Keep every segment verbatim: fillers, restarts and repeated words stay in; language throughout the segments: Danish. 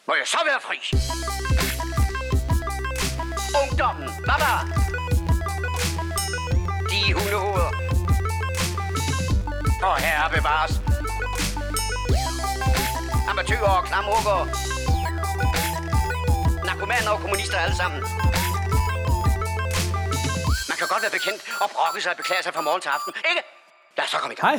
Må jeg så være fri? Ungdommen, baba! De hundehoveder. Og herre bevares. Amatøger og klamrukker. Narkomaner og kommunister alle sammen. Man kan godt være bekendt og brokke sig og beklage sig fra morgen til aften, ikke? Lad os så komme i gang. Hej.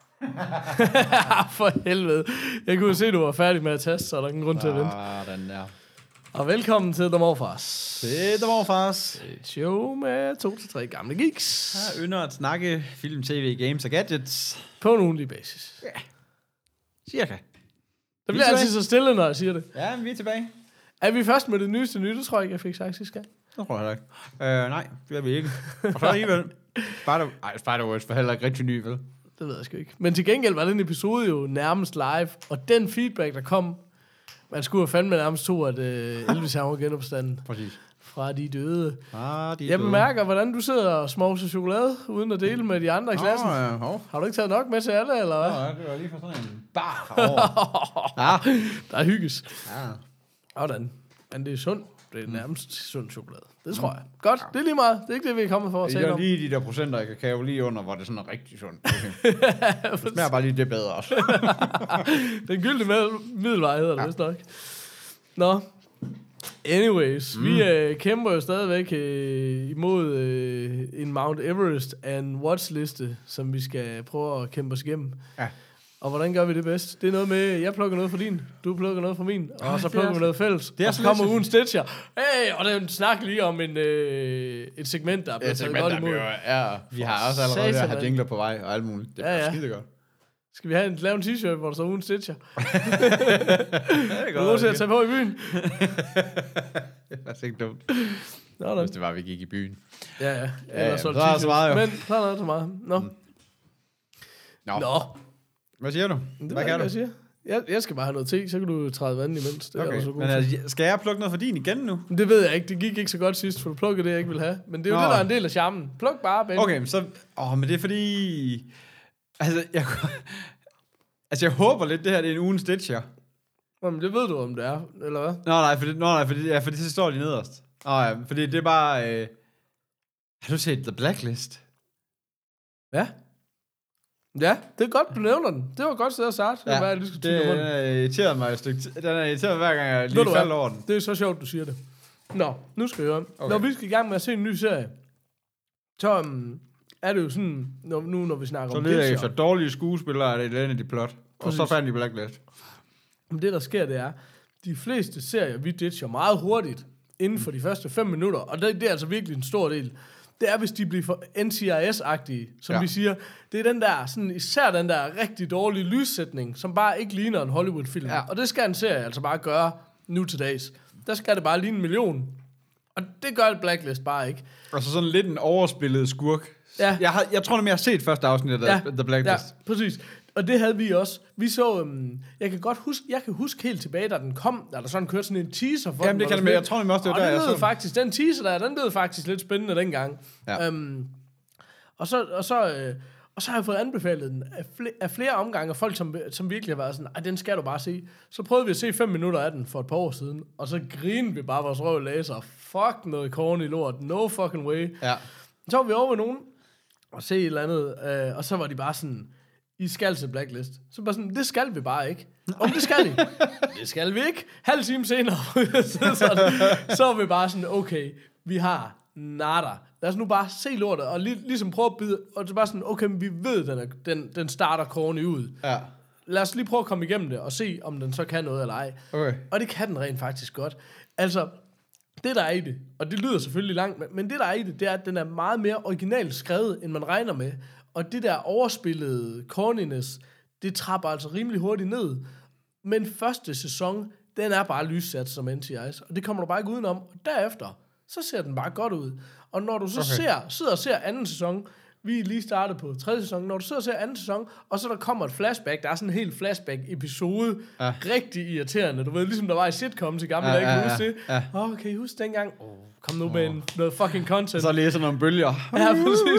For helvede. Jeg kunne se, at du var færdig med at teste, så er der ingen grund til at vente. Ah, den der. Og velkommen til The Morfars. Det er The Morfars. Et show med to til tre gamle geeks. Jeg ynder at snakke film, tv, games og gadgets. På en ugenlig basis. Ja. Cirka. Det bliver altid så stille, når jeg siger det. Ja, vi er tilbage. Er vi først med det nyeste nye? Det tror jeg ikke, jeg fik sagt sidste gang. Det tror jeg ikke. Uh, nej, det er vi ikke. Og så alligevel. Spider- Ej, Spider-Verse var heller ikke rigtig ny, vel? Det ved jeg sgu ikke. Men til gengæld var den episode jo nærmest live. Og den feedback, der kom, man skulle have fandme nærmest tro, at uh, Elvis han var genopstanden. Præcis. Fra de døde. Ah, de jeg bemærker, hvordan du sidder og smovser chokolade, uden at dele med de andre i klassen. Oh, ja, oh. Har du ikke taget nok med til alle, eller hvad? Ja, det var lige for sådan en bar herovre. Ja. Der er hygges. Ja. Hvordan? Men det er sundt. Det er nærmest sund chokolade. Det tror jeg. Godt, det er lige meget. Det er ikke det, vi er kommet for at tale om. Det er lige de der procenter af kakao lige under, hvor det sådan er rigtig sundt. Okay. Det smager bare lige det bedre også. Den gyldne middelvej hedder det ja. Vist nok. Nå. Anyways, mm. vi øh, kæmper jo stadigvæk øh, imod øh, en Mount Everest af en watchliste, som vi skal prøve at kæmpe os igennem. Ja. Og hvordan gør vi det bedst? Det er noget med, jeg plukker noget fra din, du plukker noget fra min, og ja, så plukker vi noget fælles. Det er og så kommer ugen Stitcher. Hey, og den snak lige om en, øh, et segment, der er blevet taget godt imod. Ja, vi har også allerede der har jingler på vej og alt muligt. Det er ja, ja. Skide godt. Skal vi have en, lave en t-shirt, hvor der står ugen Stitcher? Det er godt. Du er til at tage på i byen. Det er ikke dumt. Nå, nå. Hvis det var, vi gik i byen. Ja, ja. ja, ja. Så er der så meget, jo. Men så er der så meget. Nå. Mm. Nå. Nå. Hvad siger du? Det hvad kan du? Jeg, siger. Jeg, jeg skal bare have noget te, så kan du træde vand imens. Det okay. er så god men altså, skal jeg plukke noget for din igen nu? Det ved jeg ikke. Det gik ikke så godt sidst, for du plukkede det, jeg ikke ville have. Men det er jo Nå. Det, der er en del af charmen. Pluk bare, baby. Okay, så... Åh, men det er fordi... Altså, jeg... altså, jeg håber lidt, det her det er en ugen Stitcher. Jamen, det ved du, om det er, eller hvad? Nå, nej, fordi, nå, nej, fordi, ja, fordi så står de nederst. Åh, ja, fordi det er bare... Øh... Har du set The Blacklist? Ja. Ja, det er godt, du nævner den. Det var godt sted at starte. Ja, det, det, det er irriteret mig et stykke. Den er irriteret hver gang, jeg lige falder over den. Det er så sjovt, du siger det. Nå, nu skal vi høre. Okay. Når vi skal i gang med at se en ny serie, så um, er det jo sådan, når, nu når vi snakker så om det. Så leder efter dårlige skuespillere, er det et andet i plot. Præcis. Og så fandt de Blacklist. Men det, der sker, det er, de fleste serier, vi ditcher meget hurtigt, inden for de første fem minutter, og det, det er altså virkelig en stor del. Det er, hvis de bliver for N C I S-agtige, som ja. Vi siger. Det er den der, sådan, især den der rigtig dårlige lyssætning, som bare ikke ligner en Hollywood-film. Ja. Og det skal en serie altså bare gøre nu til dags. Der skal det bare ligne en million. Og det gør Blacklist bare ikke. Og så sådan lidt en overspillet skurk. Ja. Jeg, har, jeg tror nemlig, jeg har set første afsnit af ja. The Blacklist. Ja, præcis. Og det havde vi også. Vi så, um, jeg kan godt huske, jeg kan huske helt tilbage, da den kom, da der sådan kørte sådan en teaser for. Jamen det kan jeg, jeg tror nemlig også, det var og der, jeg så. Faktisk, den teaser der, den blev faktisk lidt spændende dengang. Ja. Um, og så, og så, øh, og så har jeg fået anbefalet den af, flere, af flere omgange af folk, som, som virkelig har været sådan, ej, den skal du bare se. Så prøvede vi at se fem minutter af den for et par år siden, og så grinede vi bare vores røv læser. Fuck noget corny lort. No fucking way. Ja. Så var vi over ved nogen og se et eller andet, øh, og så var de bare sådan, I skal til Blacklist. Så bare sådan, det skal vi bare ikke. Om det skal I. Det skal vi ikke. Halv time senere, så, så, så var vi bare sådan, okay, vi har nada. Lad os nu bare se lortet, og lig, ligesom prøve at bide, og det er bare sådan, okay, vi ved, den, er, den, den starter corny ud. Ja. Lad os lige prøve at komme igennem det, og se, om den så kan noget eller ej. Okay. Og det kan den rent faktisk godt. Altså, det der er i det, og det lyder selvfølgelig langt, men det der er i det, det er, at den er meget mere originalt skrevet, end man regner med. Og det der overspillede corniness, det trapper altså rimelig hurtigt ned. Men første sæson, den er bare lyssat som N C I S, og det kommer du bare ikke udenom. Og derefter, så ser den bare godt ud. Og når du så okay. ser, sidder og ser anden sæson, vi er lige startet på tredje sæson, når du sidder og ser anden sæson, og så der kommer et flashback, der er sådan en helt flashback-episode, ja. Rigtig irriterende. Du ved, ligesom der var i sitcom til gamle ja, dage, kan du huske det? Ja. Åh, oh, kan I huske dengang? Oh, kom nu med en, noget fucking content. Så læser nogle bølger. Ja, præcis.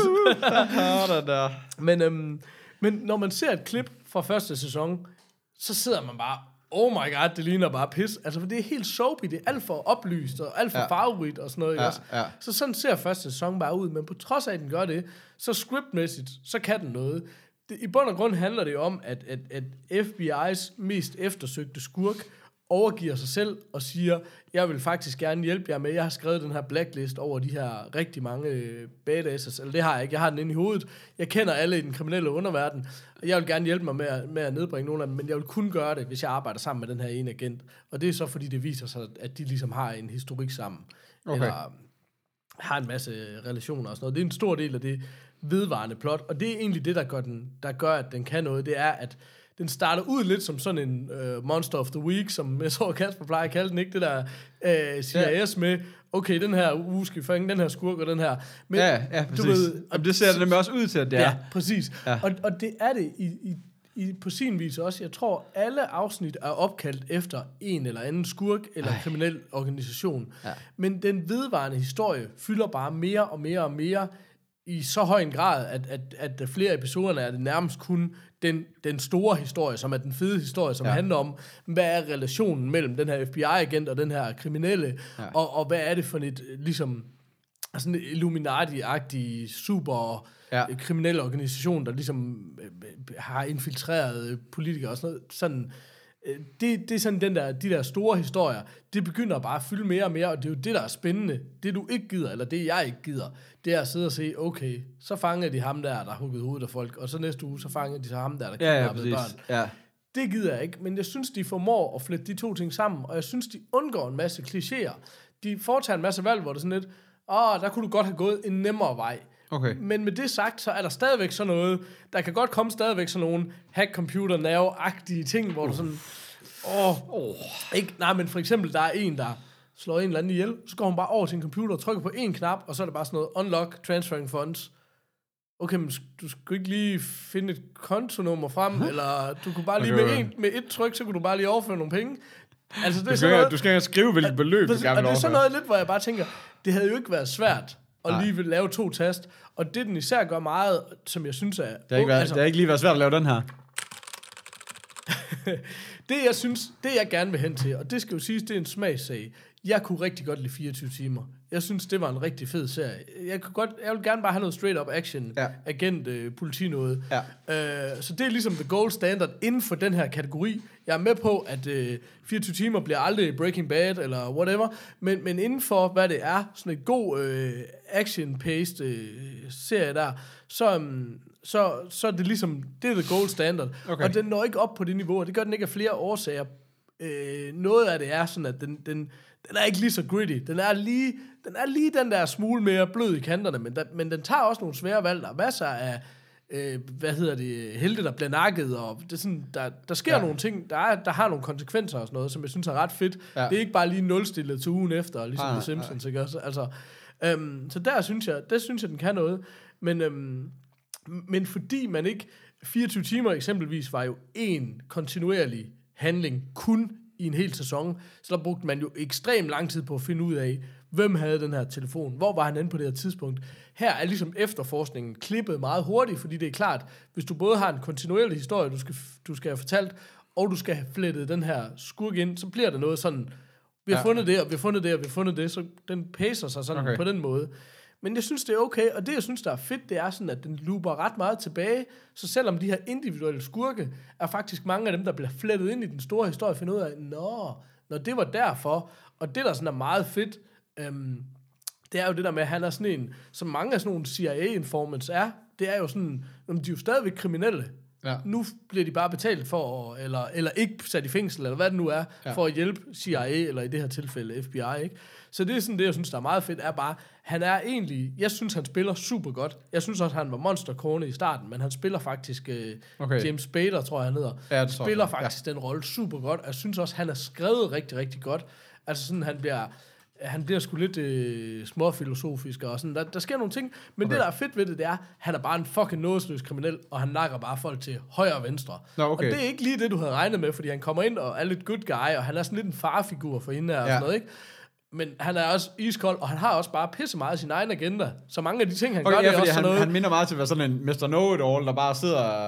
der, der. Men, øhm, men når man ser et klip fra første sæson, så sidder man bare, oh my god, det ligner bare pis. Altså, for det er helt soapy, det er alt for oplyst, og alt for ja. farverigt og sådan noget. Ja, også. ja. Så sådan ser første sæson bare ud, men på trods af, at den gør det, så scriptmæssigt, så kan den noget. Det, i bund og grund handler det om, at, at, at F B I's mest eftersøgte skurk overgiver sig selv og siger, jeg vil faktisk gerne hjælpe jer med, jeg har skrevet den her blacklist over de her rigtig mange badasses, eller det har jeg ikke, jeg har den inde i hovedet, jeg kender alle i den kriminelle underverden, og jeg vil gerne hjælpe mig med at, med at nedbringe nogle af dem, men jeg vil kun gøre det, hvis jeg arbejder sammen med den her ene agent, og det er så fordi det viser sig, at de ligesom har en historik sammen, okay. eller har en masse relationer og sådan noget. Det er en stor del af det vedvarende plot, og det er egentlig det, der gør, den, der gør at den kan noget, det er, at den starter ud lidt som sådan en uh, Monster of the Week, som jeg tror, Kasper plejer at kalde den, ikke? Det der uh, C I S med, okay, den her uge skal vi fange, den her skurk og den her. Men, ja, ja, præcis. Du ved, og det ser det nemlig også ud til, at det er. Ja, præcis. Ja. Og, og det er det i, i, i, på sin vis også. Jeg tror, alle afsnit er opkaldt efter en eller anden skurk eller Ej. kriminel organisation. Ja. Men den vedvarende historie fylder bare mere og mere og mere i så høj en grad, at, at, at flere episoderne er det nærmest kun den, den store historie, som er den fede historie, som ja. handler om, hvad er relationen mellem den her F B I-agent og den her kriminelle, ja. og, og hvad er det for et, ligesom, sådan en Illuminati-agtig super ja. kriminel organisation, der ligesom har infiltreret politikere og sådan noget. Sådan, det, det er sådan den der, de der store historier, det begynder bare at fylde mere og mere, og det er jo det, der er spændende. Det du ikke gider, eller det jeg ikke gider, det er at sidde og se, okay, så fanger de ham der, der har hugget hovedet af folk, og så næste uge, så fanger de så ham der, der kidnappede ja, ja, børn. Ja. Det gider jeg ikke, men jeg synes, de formår at flette de to ting sammen, og jeg synes, de undgår en masse klichéer. De foretager en masse valg, hvor det er sådan lidt, åh, der kunne du godt have gået en nemmere vej. Okay. Men med det sagt, så er der stadigvæk sådan noget, der kan godt komme stadigvæk sådan nogle hack-computer-nav-agtige ting, hvor uh. du sådan, åh, oh, ikke, nej, men for eksempel, der er en, der slår en eller anden ihjel, så går hun bare over sin computer og trykker på en knap, og så er det bare sådan noget, unlock transferring funds. Okay, men du skulle ikke lige finde et kontonummer frem, eller du kunne bare lige okay. med, en, med et tryk, så kunne du bare lige overføre nogle penge. Altså, det er du, sådan skal, noget, du skal ikke skrive, hvilket beløb, du gerne vil Og det er sådan noget lidt, hvor jeg bare tænker, det havde jo ikke været svært at Nej. lige vil lave to tast, og det den især gør meget, som jeg synes er... Det har ikke, været, altså, det har ikke lige været svært at lave den her. det jeg synes, det jeg gerne vil hen til, og det skal jo siges, det er en smagssag. Jeg kunne rigtig godt lide fireogtyve timer. Jeg synes, det var en rigtig fed serie. Jeg kunne godt, jeg vil gerne bare have noget straight up action, ja. agent, øh, politi noget. Ja. Øh, så det er ligesom the gold standard inden for den her kategori. Jeg er med på, at øh, fireogtyve timer bliver aldrig Breaking Bad eller whatever, men, men inden for, hvad det er, sådan en god øh, action-paced øh, serie der, så, um, så, så er det ligesom, det er the gold standard. Okay. Og den når ikke op på det niveau, og det gør den ikke af flere årsager. Øh, noget af det er sådan, at den, den, den er ikke lige så gritty. Den er lige den, er lige den der smule mere blød i kanterne, men, der, men den tager også nogle svære valg. Der er masser af, øh, hvad hedder det, helte, der bliver nakket, og det er sådan, der, der sker ja. nogle ting, der, er, der har nogle konsekvenser og sådan noget, som jeg synes er ret fedt. Ja. Det er ikke bare lige nulstillet til ugen efter, ligesom The Simpsons, ikke også? Altså, øhm, så der synes jeg, der synes jeg, den kan noget. Men, øhm, men fordi man ikke, fireogtyve timer eksempelvis var jo en kontinuerlig handling kun i en hel sæson, så der brugte man jo ekstremt lang tid på at finde ud af, hvem havde den her telefon, hvor var han inde på det her tidspunkt. Her er ligesom efterforskningen klippet meget hurtigt, fordi det er klart, hvis du både har en kontinuerlig historie, du skal, du skal have fortalt, og du skal have flettet den her skurk ind, så bliver der noget sådan, vi har ja. fundet det, og vi har fundet det, og vi har fundet det, så den pacer sig sådan okay. på den måde. Men jeg synes, det er okay, og det, jeg synes, der er fedt, det er sådan, at den looper ret meget tilbage, så selvom de her individuelle skurke, er faktisk mange af dem, der bliver flettet ind i den store historie, finder ud af, nå, når det var derfor, og det, der sådan er meget fedt, øhm, det er jo det der med, at han er sådan en, som mange af sådan nogle C I A-informants er, det er jo sådan, de er jo stadigvæk kriminelle. Ja. Nu bliver de bare betalt for, eller, eller ikke sat i fængsel, eller hvad det nu er, ja. for at hjælpe C I A, eller i det her tilfælde F B I, ikke? Så det er sådan det, jeg synes, der er meget fedt, er bare, han er egentlig, jeg synes, han spiller super godt. Jeg synes også, han var monster corny i starten, men han spiller faktisk, øh, okay. James Spader, tror jeg, han hedder. Ja, han spiller jeg. faktisk ja. den rolle super godt, og jeg synes også, han er skrevet rigtig, rigtig godt. Altså sådan, han bliver... Han bliver sgu lidt øh, småfilosofisk og sådan. Der, der sker nogle ting, men okay. det, der er fedt ved det, det er, han er bare en fucking nådesløs kriminel, og han nakker bare folk til højre og venstre. Nå, okay. Og det er ikke lige det, du havde regnet med, fordi han kommer ind og er lidt good guy, og han er sådan lidt en farfigur for hende her, ja. og sådan noget, ikke? Men han er også iskold, og han har også bare pisse meget sin egen agenda. Så mange af de ting, han okay, gør, ja, det er også sådan han, noget... han minder meget til at være sådan en mister Know-it-all, der bare sidder...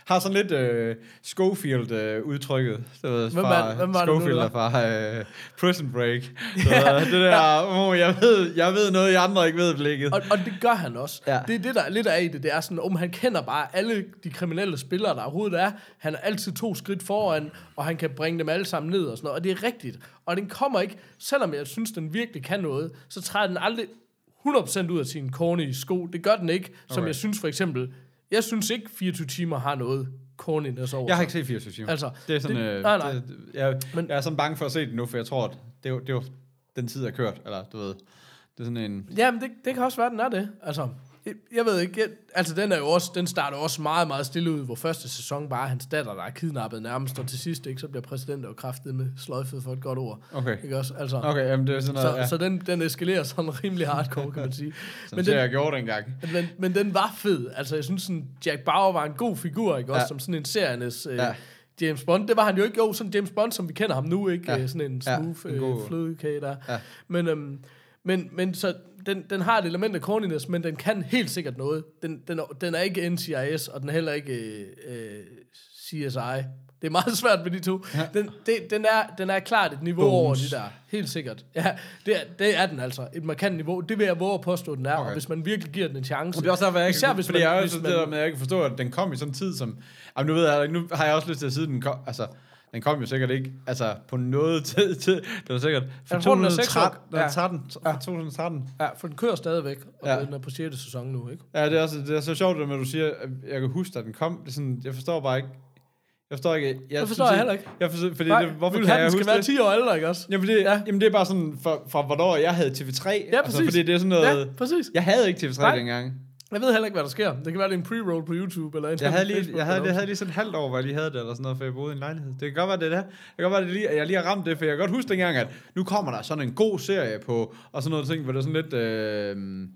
har sådan lidt øh, Schofield-udtrykket. Øh, hvem var, hvem var Schofield det nu, er fra øh, Prison Break. Så, øh, det der, oh, jeg, ved, jeg ved noget, jeg andre ikke ved blikket. Og, og det gør han også. Ja. Det er det, der er lidt af i det. Det er sådan, om han kender bare alle de kriminelle spillere, der overhovedet er. Han er altid to skridt foran, og han kan bringe dem alle sammen ned og sådan noget. Og det er rigtigt. Og den kommer ikke, selvom jeg synes, den virkelig kan noget, så træder den aldrig hundrede procent ud af sin corny sko. Det gør den ikke, som okay. jeg synes for eksempel. Jeg synes ikke, fireogtyve timer har noget corniness over. Jeg har ikke set fireogtyve timer. Altså, det er sådan, det, øh, nej, nej. Det, jeg, Men, jeg er sådan bange for at se det nu, for jeg tror, at det er jo, det er jo den tid, er kørt. Eller du ved, det er sådan en... Jamen, det, det kan også være, den er det. Altså, jeg, jeg ved ikke. Jeg, altså, den er jo også, den starter også meget, meget stille ud, hvor første sæson bare er hans datter, der er kidnappet nærmest, og til sidst, ikke, så bliver præsident og kraftet med sløjfet for et godt ord. Okay. Ikke også? Altså, Okay, jamen det er sådan noget, så, ja. så den, den eskalerer sådan rimelig hardcore, kan man sige. Sådan det, jeg gjorde dengang. Men, men den var fed. Altså, jeg synes, sådan, Jack Bauer var en god figur, ikke også? Ja. Som sådan en serienes... Øh, Ja. James Bond, det var han jo ikke. Jo, sådan James Bond, som vi kender ham nu, ikke? Ja. Sådan en Ja, smooth en øh, god- flødekage der. Ja. Men, øhm, men, men så den, den har et element af corniness, men den kan helt sikkert noget. Den, den, er- den er ikke N C I S, og den er heller ikke øh, C S I. Det er meget svært med de to. Ja. Den, det, den, er, den er klart et niveau Bones. over de der. Helt sikkert. Ja, det er, det er den altså. Et markant niveau. Det vil jeg våge at påstå, den er. Okay. Okay. Og hvis man virkelig giver den en chance. Og det er også derfor, jeg ikke, Især hvis fordi man, jeg er hvis også man, det der med, at jeg ikke forstår, at den kom i sådan en tid, som... Jamen, nu, ved jeg, nu har jeg også lyst til at sige, at den kom... Altså, den kom jo sikkert ikke, altså på noget tid, tid det var sikkert fra Jeg tror, den er seks år. to tusind tretten. Ja, for den kører stadigvæk, og Ja. den er på sjette sæson nu, ikke? Ja, det er, også, det er så sjovt, det med, at du siger, at jeg kan huske, at den kom. Det er sådan, jeg forstår bare ikke. Jeg forstår ikke. Jeg Det forstår synes jeg heller ikke. Jeg forstår, fordi Nej, det, hvorfor vil kan have, jeg den huske skal være det? ti år ældre, ikke også? Jamen det, ja. jamen det er bare sådan, fra, fra hvornår jeg havde T V tre. Ja, præcis. Altså, fordi det er sådan noget... Ja, præcis. Jeg havde ikke T V tre Nej. dengang. Jeg ved heller ikke, hvad der sker. Det kan være, det er en pre-roll på YouTube, eller en Jeg havde, lige, Facebook, jeg, havde, eller jeg havde lige sådan et halvt år, hvor jeg lige havde det, eller sådan noget, for jeg boede i en lejlighed. Det kan godt være, det er det. Det kan godt være, det lige, at jeg lige har ramt det, for jeg kan godt huske dengang, at nu kommer der sådan en god serie på, og sådan noget ting, hvor det er sådan lidt... Øh,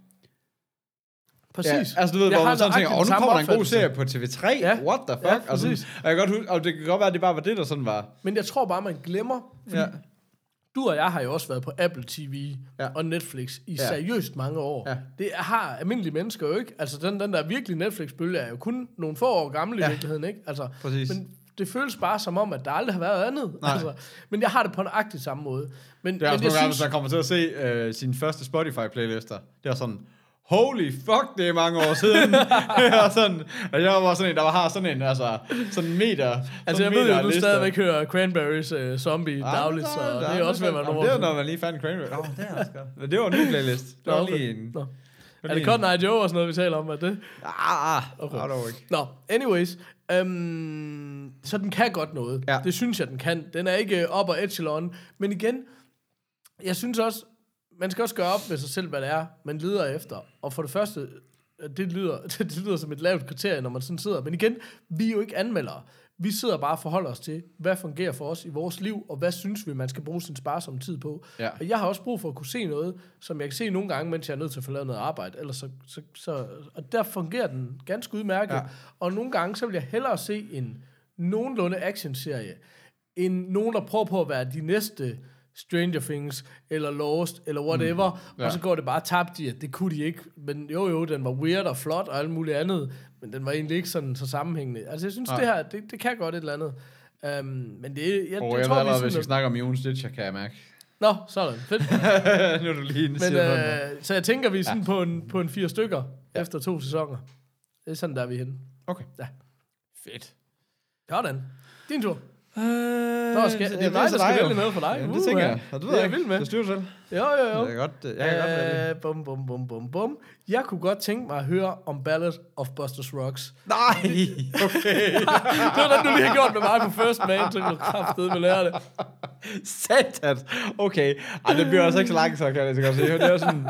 Præcis. Ja, altså du ved, Jeg hvor har man sådan tænker, nøjagtigt åh, den nu samme kommer der en god opfattelse. serie på T V tre, Ja. what the fuck? Ja, og, sådan, præcis. og jeg kan godt huske, og det kan godt være, at det bare var det, der sådan var. Men jeg tror bare, man glemmer, fordi Ja. du og jeg har jo også været på Apple T V Ja. og Netflix i Ja. seriøst mange år. Ja. Det har almindelige mennesker jo ikke. Altså den, den der virkelig Netflix-bølge er jo kun nogle få år gammel i Ja. virkeligheden, ikke? Altså, Præcis. men det føles bare som om, at der aldrig har været andet. Nej. Altså, men jeg har det på nøjagtig samme måde. Men, Det er også men nogle jeg gange, synes, hvis man kommer til at se øh, sine første Spotify-playlister. Det er sådan, holy fuck, det er mange år siden. og, sådan, og jeg var sådan en, der har sådan en, altså, sådan en meter. altså jeg sådan ved jo, meter at du lister. stadigvæk hører Cranberries uh, Zombie Ah, dagligt, så der- det der- er også ved at være Nå, nogle det år er, når siden. man lige fandt Cranberry. Åh, det er også godt. Men det var en ny playlist. Det var Nå, lige okay. en... Nå. var Er det lige Cotton en- Eye Joe og sådan noget, vi taler om? Er det? Ah, ah, Okay. okay. dog ikke. Nå, anyways. Øhm, så den kan godt noget. Ja. Det synes jeg, den kan. Den er ikke op og echelon. Men igen, jeg synes også, man skal også gøre op med sig selv, hvad det er, man leder efter. Og for det første, det lyder, det lyder som et lavt kriterie, når man sådan sidder. Men igen, vi er jo ikke anmeldere. Vi sidder bare og forholder os til, hvad fungerer for os i vores liv, og hvad synes vi, man skal bruge sin sparsomme tid på. Ja. Og jeg har også brug for at kunne se noget, som jeg kan se nogle gange, mens jeg er nødt til at få lavet noget arbejde. Ellers så, så, så, og der fungerer den ganske udmærket. Ja. Og nogle gange, så vil jeg hellere se en nogenlunde actionserie, end nogen, der prøver på at være de næste Stranger Things, eller Lost, eller whatever, mm. Ja. og så går det bare tabt i, at det kunne de ikke. Men jo jo, den var weird og flot og alt muligt andet, men den var egentlig ikke sådan så sammenhængende. Altså jeg synes, Nej. det her, det, det kan godt et eller andet. Um, men det, jeg, Og det jeg tror ved vi allerede, hvis sådan... vi snakker om Jon Stitcher, kan jeg mærke. Nå, sådan. Fedt. nu er du lige en Men, øh, så jeg tænker, vi er sådan ja. på, en, på en fire stykker ja. efter to sæsoner. Det er sådan, der er vi henne. Okay. Ja. Fedt. Sådan. Din tur. Øh, Nå, skal, det er mig, der skal vælge noget for dig. Ja, det Uh, tænker ja. jeg. Og du Det ved er ikke. jeg vild med. Det styrer du selv. Jo, jo, jo. Jeg kan godt, jeg kan godt vælge. Øh, bum, bum, bum, bum, bum. Jeg kunne godt tænke mig at høre om Ballad of Buster's Rocks. Nej, okay. Det var den, du lige har gjort med mig på First Man, så kan du kraftedeme lære det. Satan. Okay. Ej, det bliver også ikke så langt, så kan jeg så godt se. Det er sådan...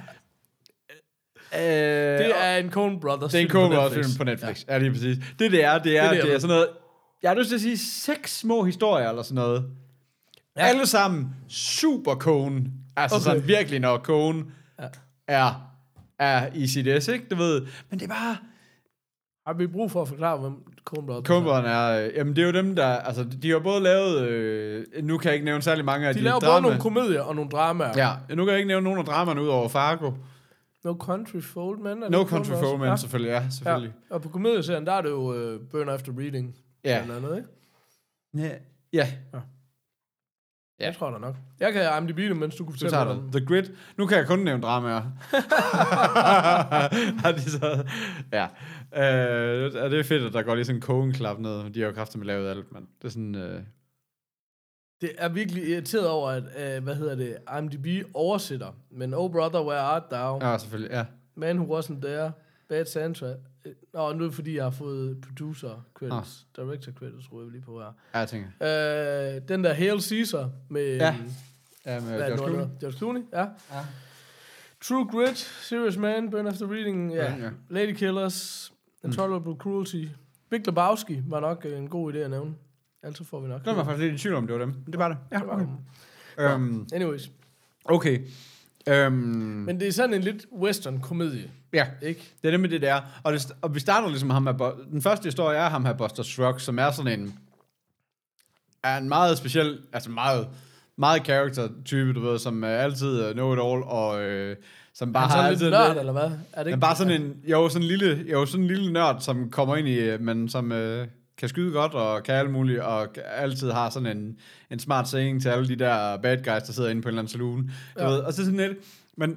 Øh, Det er en Coen Brothers det er en film på Coen Brothers Netflix. film på Netflix. Ja, lige præcis. Det, det er, det er, Det er det, det er jeg sådan noget... Jeg har lyst til at sige seks små historier eller sådan noget. Ja. Ja. Alle sammen super Coen. Altså Okay. okay. sådan virkelig, når Coen Ja. er, er i sit S, ikke? Du ved. Men det er bare... Har vi brug for at forklare, hvem Coen Brothers Coen Brothers er... øh, Jamen, det er jo dem, der... Altså, de har både lavet... Øh, nu kan jeg ikke nævne særlig mange af De de, laver drama. både nogle komedier og nogle dramaer. Ja, nu kan jeg ikke nævne nogen af dramaerne ud over Fargo. No Country for Old Men. No Country for Old Men, ja. selvfølgelig, ja, selvfølgelig. Ja. Og på komedieserien, der er det jo uh, Burn After Reading. Ja. Eller noget, ikke? Ja. Ja. ja. Jeg tror da nok. Jeg kan I M D B det, mens du kunne fortælle mig om The Grid. Nu kan jeg kun nævne dramaer. de så, ja. Øh, det er fedt, at der går lige sådan en kogenklap ned. De har jo kraftigt med lavet alt, men det er sådan... Øh... Det er virkelig irriteret over, at, uh, hvad hedder det, I M D B oversætter. Men Oh Brother, Where Art Thou? Ja, selvfølgelig, ja. Man Who Wasn't There. Bad Santa. Nå, nu er det fordi, jeg har fået producer credits. Ah. Director credits, tror jeg lige på her. Ja, jeg tænker. Øh, den der Hail Caesar med... Ja, ja med George Clooney. George Clooney, ja. ja. True Grit, Serious Man, Burn After Reading, ja. ja. Lady Killers, Intolerable mm. Cruelty. Big Lebowski var nok en god idé at nævne. Altså får vi nok. Det var faktisk lidt i tvivl om, det var dem. Det var det. Ja, okay. okay. Um, Anyways. Okay. Um, Men det er sådan en lidt western-komedie. Ja, ikke? Det er nemlig det der. Og, det, og vi starter ligesom ham her, den første historie er ham her Buster Scruggs, som er sådan en, er en meget speciel, altså meget, meget character-type, du ved, som uh, altid uh, know it all, og uh, som bare har altid... lidt nørd, eller hvad? Er det ikke? Bare sådan en, jo, sådan en lille, jo, sådan en lille nørd, som kommer ind i, men som uh, kan skyde godt, og kan alt muligt, og altid har sådan en, en smart saying til alle de der bad guys, der sidder inde på en eller anden saloon. Ja. Ved, og så sådan lidt, men,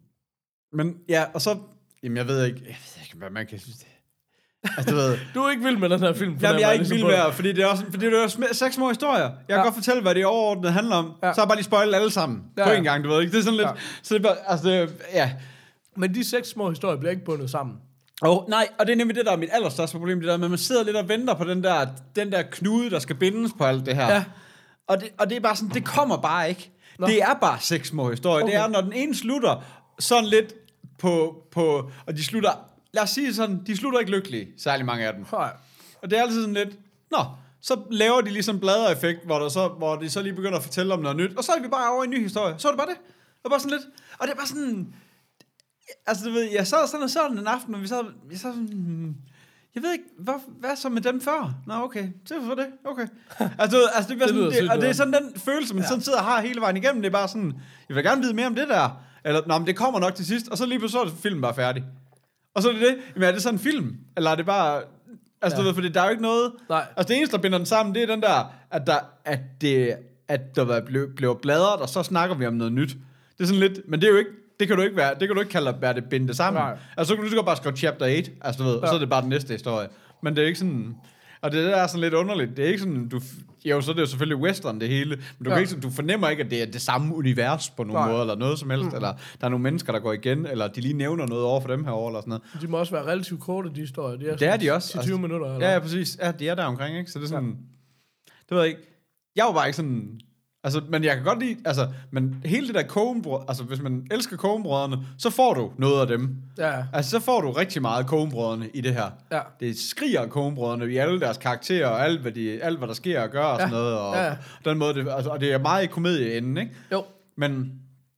men ja, og så, jamen jeg ved ikke, jeg ved ikke, hvad man kan synes det. Altså, du, ved, du er ikke vild med den her film? Jamen, jeg er ikke vild med, fordi det er også, fordi det er sm- seks små historier. Jeg kan ja. godt fortælle, hvad det overordnet handler om. Ja. Så har jeg bare lige spoilet alle sammen ja. på en gang, du ved ikke. Det er sådan lidt, ja. så det er bare, altså det, ja. Men de seks små historier bliver ikke bundet sammen. Oh, nej, og det er nemlig det, der er mit allerstørste problem, det der med, at man sidder lidt og venter på den der, den der knude, der skal bindes på alt det her. Ja. Og, det, og det er bare sådan, det kommer bare ikke. Nå. Det er bare seks små historier. Okay. Det er, når den ene slutter sådan lidt på, på, og de slutter, lad os sige sådan, de slutter ikke lykkelige, særlig mange af dem. Nej. Og det er altid sådan lidt, nå, så laver de ligesom bladereffekt, hvor, der så, hvor de så lige begynder at fortælle om noget nyt, og så er vi bare over i en ny historie. Så er det bare det. Det er bare sådan lidt, og det er bare sådan... Altså, du ved, jeg sad sådan og sådan en aften, og vi sad, jeg sad sådan, jeg ved ikke, hvad, hvad så med dem før? Nå, okay, det var for det, okay. Altså, du ved, altså det, det, sådan, det, og det er sådan den følelse, man ja. sådan sidder og har hele vejen igennem, det er bare sådan, jeg vil gerne vide mere om det der, eller, nå, men det kommer nok til sidst, og så lige pludselig så er filmen bare færdig. Og så er det det, jamen er det sådan en film, eller er det bare, altså ja. du ved, fordi der er jo ikke noget, nej. Altså det eneste, der binder den sammen, det er den der, at der, at det, at der blev, blev bladret, og så snakker vi om noget nyt. Det er sådan lidt, men det er jo ikke, det kan du ikke være, det kan du ikke kalde at være det binde sammen. Nej. Altså så kan du så godt bare skrive chapter otte, altså du ved, ja. og så er det bare den næste historie. Men det er ikke sådan, og det der er sådan lidt underligt. Det er ikke sådan, du, jo så er det jo selvfølgelig western det hele, men du, ja. kan ikke, du fornemmer ikke, at det er det samme univers på nogen måde, eller noget som helst, mm. eller der er nogle mennesker, der går igen, eller de lige nævner noget over for dem her år, eller sådan noget. De må også være relativt korte, de historier. De er det er de også. ti til tyve altså, minutter, eller? Ja, ja, præcis. Ja, de er der omkring, ikke? Så det er sådan, ja. det ved jeg ikke. Jeg var bare ikke sådan... Altså, men jeg kan godt lide, altså, men hele det der Coen-brødre, altså, hvis man elsker Coen-brødrene, så får du noget af dem. Ja. Altså, så får du rigtig meget Coen-brødrene i det her. Ja. Det skriger Coen-brødrene i alle deres karakterer, og alt, hvad, de, alt, hvad der sker og gør, og ja. sådan noget, og ja. den måde, det, altså, og det er meget i komedieenden, ikke? Jo. Men,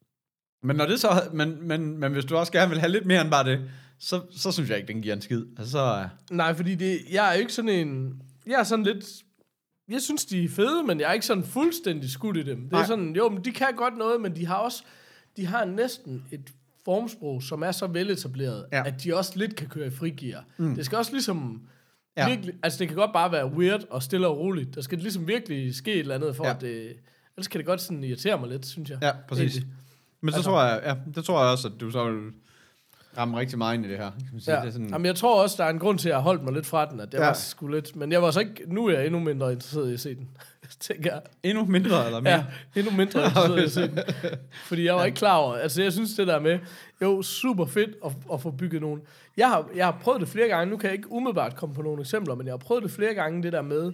men når det så, men, men, men hvis du også gerne vil have lidt mere end bare det, så, så synes jeg ikke, den giver en skid. Altså, så, uh... Nej, fordi det, jeg er jo ikke sådan en, jeg er sådan lidt... Jeg synes, de er fede, men jeg er ikke sådan fuldstændig skudt i dem. Det er Nej. sådan, jo, men de kan godt noget, men de har også, de har næsten et formsprog, som er så veletableret, ja. at de også lidt kan køre i frigear. Mm. Det skal også ligesom, ja. virkelig, altså det kan godt bare være weird og stille og roligt. Der skal ligesom virkelig ske et eller andet, for ja. at det, ellers kan det godt sådan irritere mig lidt, synes jeg. Ja, præcis. Egentlig. Men så altså, tror jeg, ja, det tror jeg også, at du så vil ramme rigtig meget ind i det her. Kan man sige. Ja. Det er sådan... Jamen, jeg tror også, der er en grund til, at jeg har holdt mig lidt fra den, at det ja. var sgu lidt, men jeg var så ikke, nu er jeg endnu mindre interesseret i at se den. Tænker jeg. Endnu mindre, eller mere? Ja, endnu mindre interesseret i at se den. Fordi jeg var ikke klar over, altså jeg synes det der med, jo, super fedt at, at få bygget nogen. Jeg har, jeg har prøvet det flere gange, nu kan jeg ikke umiddelbart komme på nogle eksempler, men jeg har prøvet det flere gange, det der med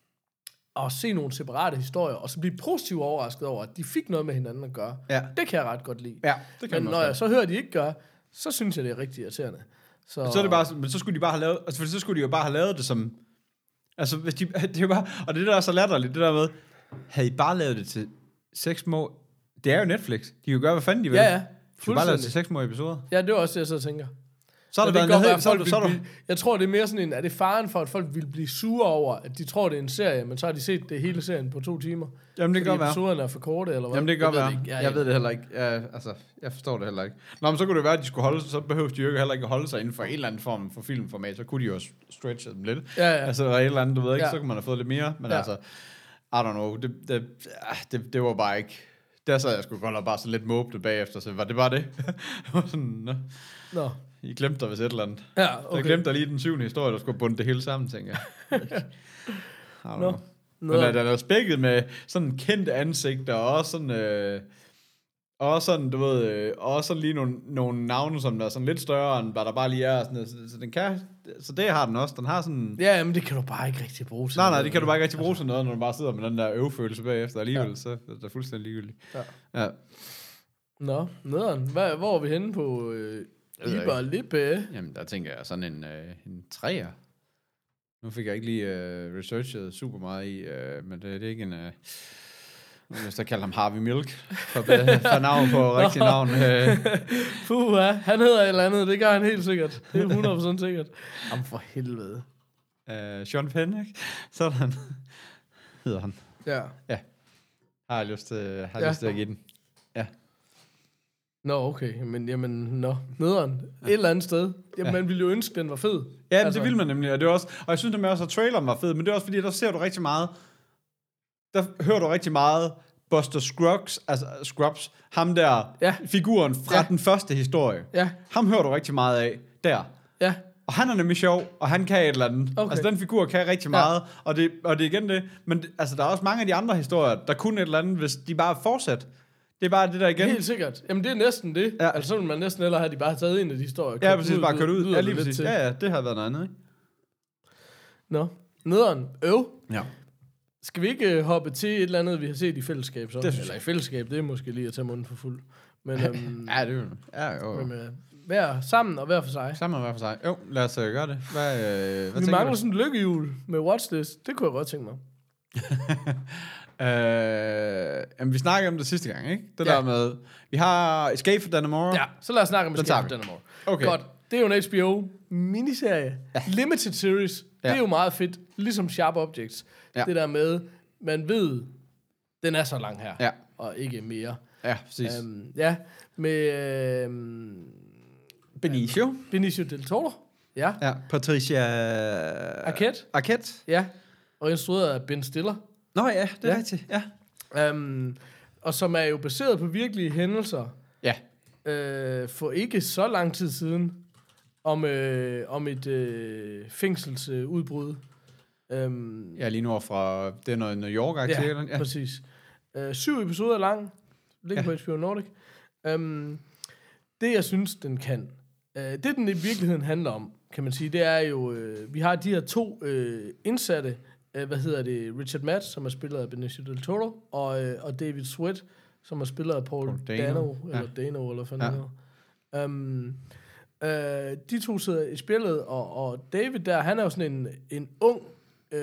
at se nogle separate historier, og så blive positivt overrasket over, at de fik noget med hinanden at gøre. Ja. Det kan jeg ret godt lide. Ja, det kan men når jeg så hører, at de ikke gør, så synes jeg, det er rigtig irriterende. Så, så er det bare, men så skulle de bare have lavet, altså for så skulle de jo bare have lavet det som, altså hvis de, det er jo bare, og det der er så latterligt, det der med, havde I bare lavet det til seks små, det er jo Netflix, de kan jo gøre, hvad fanden de vil. Ja, ja. De kan bare lave det til seks små episoder. Ja, det er også det, jeg så tænker. Så er det, det været godt, helt, så, folk så, så, blive, jeg tror, det er mere sådan en, er det faren for, at folk vil blive sure over, at de tror, det er en serie, men så har de set det hele serien på to timer. Jamen, det kan godt være. episoderne er for korte, eller hvad? Jamen, det kan godt være. Jeg, jeg ved det heller ikke. Jeg, altså, jeg forstår det heller ikke. Nå, men så kunne det være, at de skulle holde sig, så behøver de jo ikke heller ikke at holde sig inden for en eller anden form for filmformat. Så kunne de jo stretche dem lidt. Ja, ja. Altså, et eller andet, du ved ikke, Ja. så kunne man have fået lidt mere. Men Ja. altså, I don't know, det, det, det, det var bare ikke... Der sad jeg sgu godt nok bare så lidt måbende bagefter, så var det bare det. Det var sådan, nå. Nå. I glemte der hvis et eller andet. Ja, okay. Jeg glemte der lige den syvende historie, der skulle bunde det hele sammen, tænker jeg. Nå. No. Men der, der er spækket med sådan kendte ansigter, og også sådan, øh, og også sådan, du ved, øh, og også sådan lige nogle, nogle navne, som der er sådan lidt større, end hvad der bare lige er. Sådan, så, så, den kan, så det har den også. Den har sådan... Ja, men det kan du bare ikke rigtig bruge til Nej, noget. nej, det kan du bare ikke rigtig bruge til noget, når du bare sidder med den der øvefølelse bagefter alligevel, ja. Så det er fuldstændig ligegyldigt. Ja. Ja. Nå, nederen. Hvad, hvor er vi henne på øh, Iber Lippe? Jamen, der tænker jeg sådan en, øh, en træer. Nu fik jeg ikke lige øh, researchet super meget i, øh, men det, det er ikke en... Øh, hvis der kalder ham Harvey Milk, for, for navn på rigtig navn. Øh. Puh, ja. Han hedder et eller andet, det gør han helt sikkert. Det er hundrede procent sikkert. Jamen for helvede. Øh, Sean Penn, ikke? Sådan hedder han. Ja. Ja. Har jeg lyst til, har ja. lyst til at give den. Ja. Nå, okay. Men jamen, nå. Nederen. Ja. Et eller andet sted. Jamen, ja. Man ville jo ønske, den var fed. Ja, altså. Det ville man nemlig. Og, det var også, og jeg synes nemlig også, at traileren var fed, men det er også fordi, der ser du rigtig meget... Der hører du rigtig meget Buster Scruggs, altså Scrubs, ham der, ja. Figuren fra ja. den første historie. Ja. Ham hører du rigtig meget af, der. Ja. Og han er nemlig sjov, og han kan et eller andet. Okay. Altså, den figur kan rigtig meget, ja. og, det, og det er igen det. Men det, altså, der er også mange af de andre historier, der kunne et eller andet, hvis de bare fortsat. Det er bare det der igen. Helt sikkert. Jamen, det er næsten det. Ja. Altså, så vil man næsten hellere have, de bare har taget en af de historier. Ja, præcis, ud, bare kørt ud. ud ja, lige præcis. Ja, ja, det har været noget andet, ikke? Nå. Nederen. Øv. Ja. Skal vi ikke uh, hoppe til et eller andet, vi har set i fællesskab så? Det eller i fællesskab, det er måske lige at tage munden for fuld. Men, um, ja, det er jo. Ja, jo, jo. Men, uh, hver sammen og hver for sig. Sammen og hver for sig. Jo, lad os uh, gøre det. Hvad, uh, hvad vi mangler sådan en lykkehjul med watchlist. Det kunne jeg godt tænke mig. uh, jamen, vi snakkede om det sidste gang, ikke? Det ja. Der med... Vi har Escape from Dannemora. Ja, så lad os snakke om Escape from Dannemora. Okay. Godt. Det er jo en H B O miniserie. Ja. Limited series. Ja. Det er jo meget fedt. Ligesom Sharp Objects. Ja. Det der med, man ved, den er så lang her. Ja. Og ikke mere. Ja, præcis. Um, ja, med... Um, Benicio. Benicio del Toro. Ja. Ja. Patricia... Arquette. Arquette. Ja. Og instrueret af Ben Stiller. Nå ja, det er ja. rigtigt. Ja. Um, og som er jo baseret på virkelige hændelser. Ja. Øh, for ikke så lang tid siden. Om, øh, om et øh, fængselsudbrud. Øh, um, ja, lige nu fra... Det er noget New York, ja, ja, præcis. Uh, syv episoder lang. Ligger ja. på H B O Nordic. Um, det, jeg synes, den kan... Uh, det, den i virkeligheden handler om, kan man sige, det er jo... Uh, vi har de her to uh, indsatte. Uh, hvad hedder det? Richard Madden, som er spillet af Benicio del Toro, og, uh, og David Sweat, som er spillet af Paul, Paul Dano, Dano, ja. eller Dano, eller hvad fanden ja. um, uh, De to sidder i spillet, og, og David der, han er jo sådan en, en ung, uh,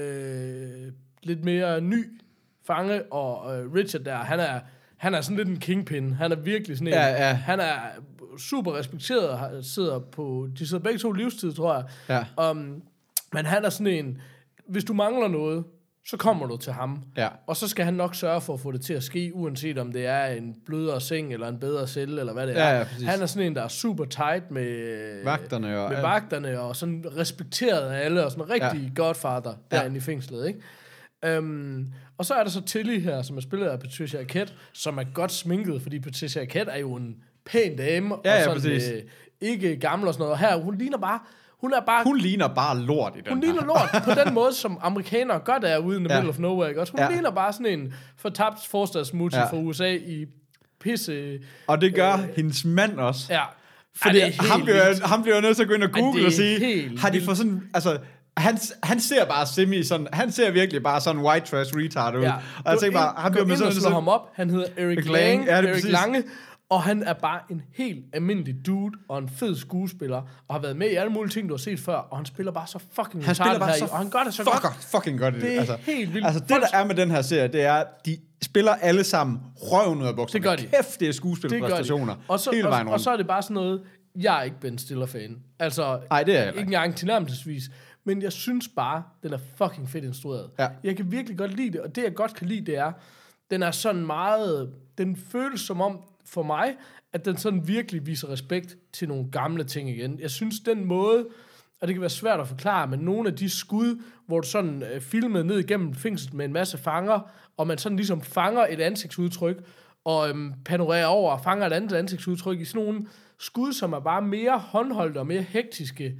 lidt mere ny fange, og uh, Richard der, han er, han er sådan lidt en kingpin. Han er virkelig sådan en... Ja, ja. Han er super respekteret, sidder på... De sidder begge to livstid, tror jeg. Ja. Um, men han er sådan en... Hvis du mangler noget, så kommer du til ham. Ja. Og så skal han nok sørge for at få det til at ske, uanset om det er en blødere seng, eller en bedre celle, eller hvad det ja, er. Ja, han er sådan en, der er super tight med... Vagterne og... Med vagterne, og sådan respekteret af alle, og sådan en rigtig ja. godfather derinde ja. i fængslet, ikke? Um, og så er der så Tilly her, som er spillet af Patricia Arquette, som er godt sminket, fordi Patricia Arquette er jo en pæn dame, ja, og sådan øh, ikke gammel og sådan noget. Og her, hun ligner bare... Hun er bare... Hun ligner bare lort i den Hun her. ligner lort på den måde, som amerikanere gør der ude in the ja. middle of nowhere, ikke også? Hun ja. ligner bare sådan en fortabt forstadsmutti ja. fra U S A i pisse... Og det gør øh, hendes mand også. Ja. Fordi han bliver, han bliver nødt til at gå ind og google og sige, har de fået sådan... Altså, han, han ser bare semi sådan... Han ser virkelig bare sådan white trash retard ud. Ja. Og jeg tænker bare... Han bliver med sådan... Slå ham op. Han hedder Eric Lang. Ja, Eric Lange. Og han er bare en helt almindelig dude, og en fed skuespiller, og har været med i alle mulige ting, du har set før, og han spiller bare så fucking han spiller bare her så i, og han gør det så fucker, godt. fucking godt. Det er altså, helt vildt. Altså, det der er med den her serie, det er, de spiller alle sammen røven ud af bukserne. Det gør de. Kæft, det er skuespilpræstationer. Og så, hele vejen rundt. Og så er det bare sådan noget, jeg er ikke Ben Stiller-fan. Altså, Ej, det er jeg ikke ikke. engang tilnærmelsesvis. Men jeg synes bare, den er fucking fedt instrueret. Ja. Jeg kan virkelig godt lide det, og det jeg godt kan lide, det er, den er sådan meget, den føles som om, for mig, at den sådan virkelig viser respekt til nogle gamle ting igen. Jeg synes, den måde, og det kan være svært at forklare, men nogle af de skud, hvor du sådan øh, filmede ned igennem fængslet med en masse fanger, og man sådan ligesom fanger et ansigtsudtryk, og øhm, panorerer over og fanger et andet ansigtsudtryk i sådan nogle skud, som er bare mere håndholdte og mere hektiske,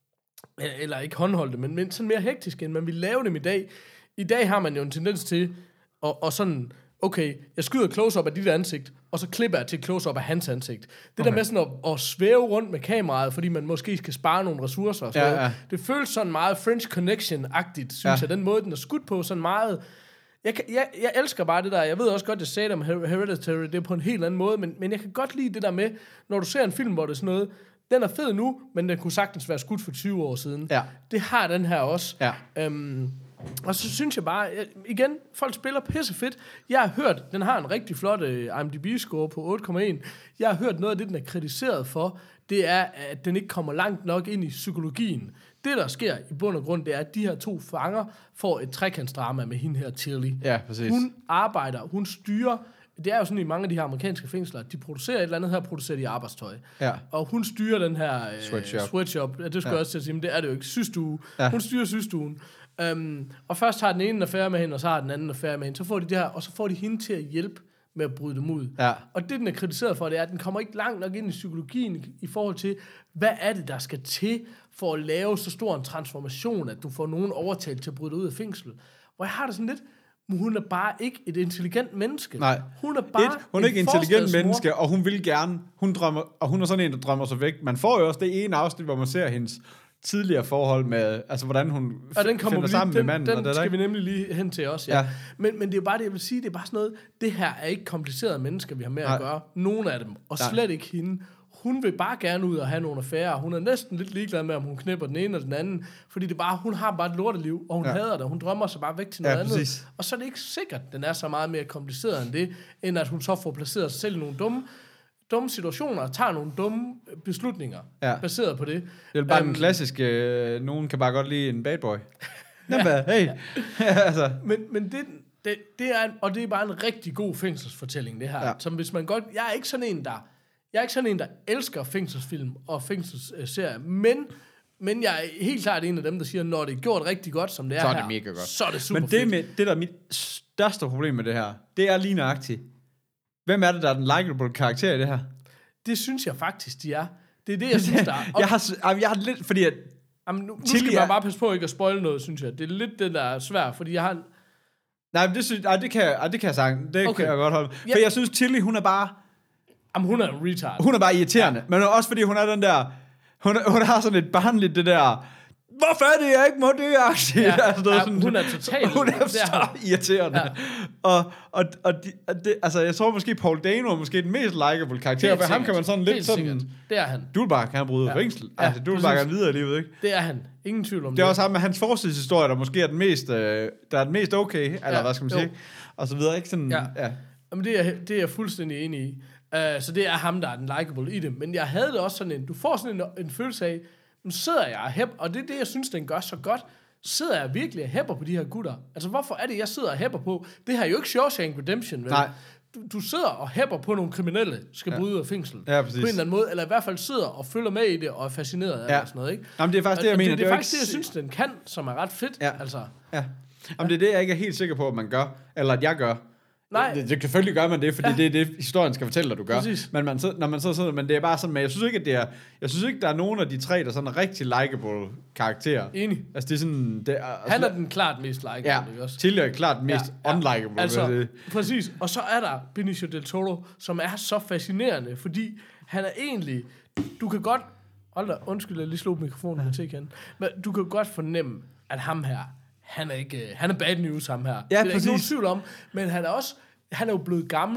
eller ikke håndholdte, men, men sådan mere hektiske, end man vil lave dem i dag. I dag har man jo en tendens til, og, og sådan, okay, jeg skyder close-up af dit ansigt, og så klipper jeg til close-up af hans ansigt. Det okay. der med sådan at, at svæve rundt med kameraet, fordi man måske skal spare nogle ressourcer og sådan ja, noget. ja. Det føles sådan meget French Connection-agtigt, synes ja. jeg. Den måde, den er skudt på, sådan meget... Jeg, kan, jeg, jeg elsker bare det der. Jeg ved også godt, jeg sagde det om Hereditary, det er på en helt anden måde, men, men jeg kan godt lide det der med, når du ser en film, hvor det er sådan noget, den er fed nu, men den kunne sagtens være skudt for tyve år siden. Ja. Det har den her også. Ja. Øhm, og så synes jeg bare, jeg, igen, folk spiller pisse fedt. Jeg har hørt, den har en rigtig flot uh, I M D B-score på otte komma en. Jeg har hørt noget af det, den er kritiseret for, det er, at den ikke kommer langt nok ind i psykologien. Det, der sker i bund og grund, det er, at de her to fanger får et trekantsdrama med hende her, Tilly. Ja, præcis. Hun arbejder, hun styrer. Det er jo sådan i mange af de her amerikanske fængsler, de producerer et eller andet her, producerer de arbejdstøj. Ja. Og hun styrer den her uh, sweatshop. sweatshop. Ja, det skulle ja. jeg også til at sige, men det er det jo ikke. Systue. Ja. Hun styrer systuen. Um, og først har den ene en affære med hende, og så har den anden en affære med hende. Så får de det her, og så får de hende til at hjælpe med at bryde dem ud. Ja. Og det, den er kritiseret for, det er, at den kommer ikke langt nok ind i psykologien i forhold til, hvad er det, der skal til for at lave så stor en transformation, at du får nogen overtalt til at bryde dig ud af fængsel. Hvor jeg har det sådan lidt, men hun er bare ikke et intelligent menneske. Nej. Hun er bare et, hun er ikke et intelligent menneske, og hun vil gerne, hun drømmer, og hun er sådan en, der drømmer sig væk. Man får jo også det ene afsnit, hvor man ser hendes tidligere forhold med, altså hvordan hun og den finder lige, sammen den, med manden. Den og det skal der, vi nemlig lige hen til også, ja. ja. Men, men det er jo bare det, jeg vil sige, det er bare sådan noget, det her er ikke komplicerede mennesker, vi har med Nej. at gøre. Nogle af dem, og Nej. slet ikke hende. Hun vil bare gerne ud og have nogle affærer. Hun er næsten lidt ligeglad med, om hun knipper den ene eller den anden, fordi det bare, hun har bare et lorteliv, og hun ja. hader det. Hun drømmer sig bare væk til noget ja, andet. Præcis. Og så er det ikke sikkert, den er så meget mere kompliceret end det, end at hun så får placeret sig selv i nogle dumme dumme situationer, tager nogle dumme beslutninger, ja. baseret på det. Det er bare um, den klassiske, øh, nogen kan bare godt lide en bad boy. Jamen, hey. altså. Men, men det, det, det er, en, og det er bare en rigtig god fængselsfortælling, det her. Ja. Som hvis man godt, jeg er ikke sådan en, der, jeg er ikke sådan en, der elsker fængselsfilm og fængselsserier, men, men jeg er helt klart en af dem, der siger, når det er gjort rigtig godt, som det er her, så er det mega godt. Så er det super Men det, fedt. med, det der er mit største problem med det her, det er lige nøjagtigt. Hvem er det, der er den likeable karakter i det her? Det synes jeg faktisk, de er. Det er det, jeg synes, der er. jeg, har, jeg har lidt, fordi at... Jamen, nu, nu skal man bare passe på ikke at spoile noget, synes jeg. Det er lidt det, der er svært, fordi jeg har... Nej, men det, synes, ej, det, kan, ej, det kan jeg sige. Det okay. kan jeg godt holde. For ja. jeg synes, Tilly, hun er bare... Jamen, hun er en retard. Hun er bare irriterende. Ja. Men også fordi hun er den der... Hun, hun har sådan et barnligt det der... Hvorfor er det, jeg ikke må dø, Axel? Ja, altså, ja, sådan, hun er totalt... Hun er så irriterende. Ja. Og, og, og, de, og det, altså, jeg tror måske, Paul Dano er måske den mest likeable karakter, for sikkert. ham kan man sådan lidt Helt sådan... Sikkert. Det er han. Du vil bare gerne bryde ja. fængsel. Ja, altså, du vil bare gerne videre i livet, ikke? Det er han. Ingen tvivl om det. Det er også ham med hans forsidshistorie, der måske er den mest, øh, der er den mest okay, eller ja. hvad skal man sige? Jo. Og så videre, ikke sådan... Ja. ja. Jamen, det er, det er jeg fuldstændig enig i. Uh, så det er ham, der er den likeable i det. Men jeg havde det også sådan en... Du får sådan en, en følelse af... Nu sidder jeg og hæpper, og det er det, jeg synes, den gør så godt. Sidder jeg virkelig og hæpper på de her gutter? Altså, hvorfor er det, jeg sidder og hæpper på? Det her er jo ikke Shawshank Redemption, vel? Nej. Du, du sidder og hæpper på nogle kriminelle, skal ja. bryde ud af fængsel. Ja, præcis. På en eller anden måde, eller i hvert fald sidder og følger med i det, og er fascineret af ja. det og sådan noget, ikke? Jamen, det er faktisk og, det, jeg mener. Det, det er det faktisk det, jeg synes, den kan, som er ret fedt. Ja. Altså. Ja. Jamen, det er det, jeg ikke er helt sikker på, at man gør, eller at jeg gør. Nej. Det, det, selvfølgelig gør man det, fordi ja. det er det, historien skal fortælle dig, du gør. Præcis. Men man, så, når man så sidder, men det er bare sådan, men jeg synes ikke, at det er, jeg synes ikke, der er nogen af de tre, der er sådan en rigtig likeable karakter. Enig. Altså, det er sådan... Det er, Han er den klart mest likeable, ja, ikke også? Tilly er klart den mest ja, ja. unlikeable. Altså, det. præcis. Og så er der Benicio del Toro, som er så fascinerende, fordi han er egentlig... Du kan godt... Hold da, undskyld, jeg lige slog mikrofonen ja. til igen. Men du kan godt fornemme, at ham her, han er ikke... Han er bad news, ham her. Ja, det er ikke nogen tvivl om, men han er også... Han er jo blevet gammel,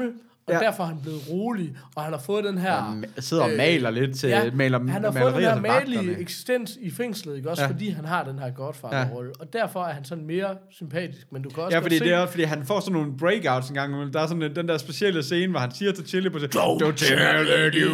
og Ja. derfor er han blevet rolig, og han har fået den her... Ja, sidder og maler lidt til... Ja, maler, han har fået den her malige malige eksistens i fængslet, ikke også? Ja. Fordi han har den her Godfather-rolle. Og derfor er han sådan mere sympatisk, men du kan også Ja, fordi godt det er se... også, fordi han får sådan nogle breakouts en gang imellem. Der er sådan en, den der specielle scene, hvor han siger til Chili på sig, Don't tell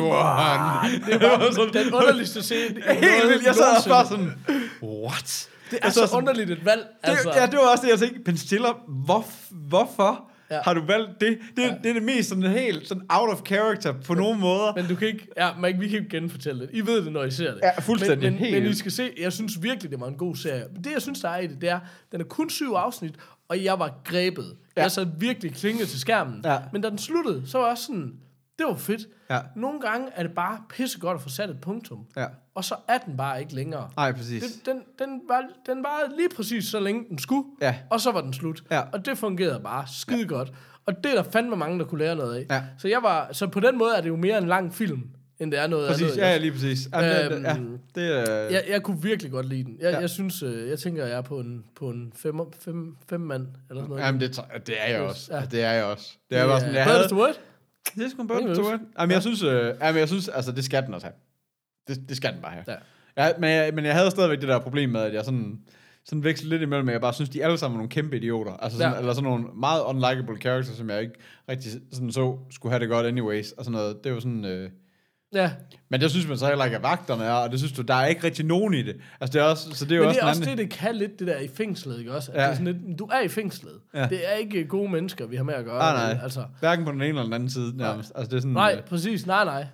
anyone. Det var sådan, den underligste scene. Helt vildt. Jeg sad også bare sådan, what? Det er så, så sådan, underligt et valg. Altså. Det, ja, det var også det, jeg tænkte. Ben Stiller, hvor, hvorfor Ja. har du valgt det? Det, Ja. det er det mest sådan helt sådan out of character på nogen måder. Men du kan ikke, ja, man, vi kan ikke genfortælle det. I ved det, når I ser det. Ja, fuldstændig. Men, men, Helt. men I skal se, jeg synes virkelig, det var en god serie. Men det, jeg synes, der er i det, det er, den er kun syv afsnit, og jeg var grebet. Ja. Jeg sad virkelig klinget til skærmen. Ja. Men da den sluttede, så var jeg også sådan, det var fedt. Ja. Nogle gange er det bare pissegodt at få sat et punktum. Ja. Og så er den bare ikke længere. Nej, præcis. Den, den, den, var, den var lige præcis så længe den skulle, Ja. og så var den slut. Ja. Og det fungerede bare skide ja. godt. Og det er der fandme mange, der kunne lære noget af. Ja. Så, jeg var, så på den måde er det jo mere en lang film, end det er noget Præcis, andet. ja, ja, lige præcis. Jamen, Øhm, ja, det er... Jeg, jeg kunne virkelig godt lide den. Jeg, Ja. jeg synes, øh, jeg tænker, jeg er på en, på en fem, fem, fem mand, eller sådan noget. Jamen, det, det er jeg også. Ja. Ja. Det er jeg også. Det er bare sådan, jeg Bird havde... is the word? Det er sgu en bird to it. Jamen, jeg synes, øh, jamen, jeg synes, altså, det skal den også have. Det, det skal den bare have. Ja. Ja, men, jeg, men jeg havde stadigvæk det der problem med, at jeg sådan, sådan veksler lidt imellem, at jeg bare synes, de alle sammen er nogle kæmpe idioter. Altså sådan, Ja. eller sådan nogle meget unlikable characters, som jeg ikke rigtig sådan så skulle have det godt anyways, og sådan noget. Det var sådan... Øh, Ja. men det synes man så heller ikke, at vagterne er, og det synes du, der er ikke rigtig nogen i det. Altså, det er også, så det er jo Men også det er en også anden... det, det kan lidt, det der i fængslet, ikke også? At Ja. det er sådan lidt, du er i fængslet. Ja. Det er ikke gode mennesker, vi har med at gøre. Nej, nej. Altså. Hverken på den ene eller den anden side, nærmest. Altså, det er sådan... Nej, Øh, præcis. Nej, nej.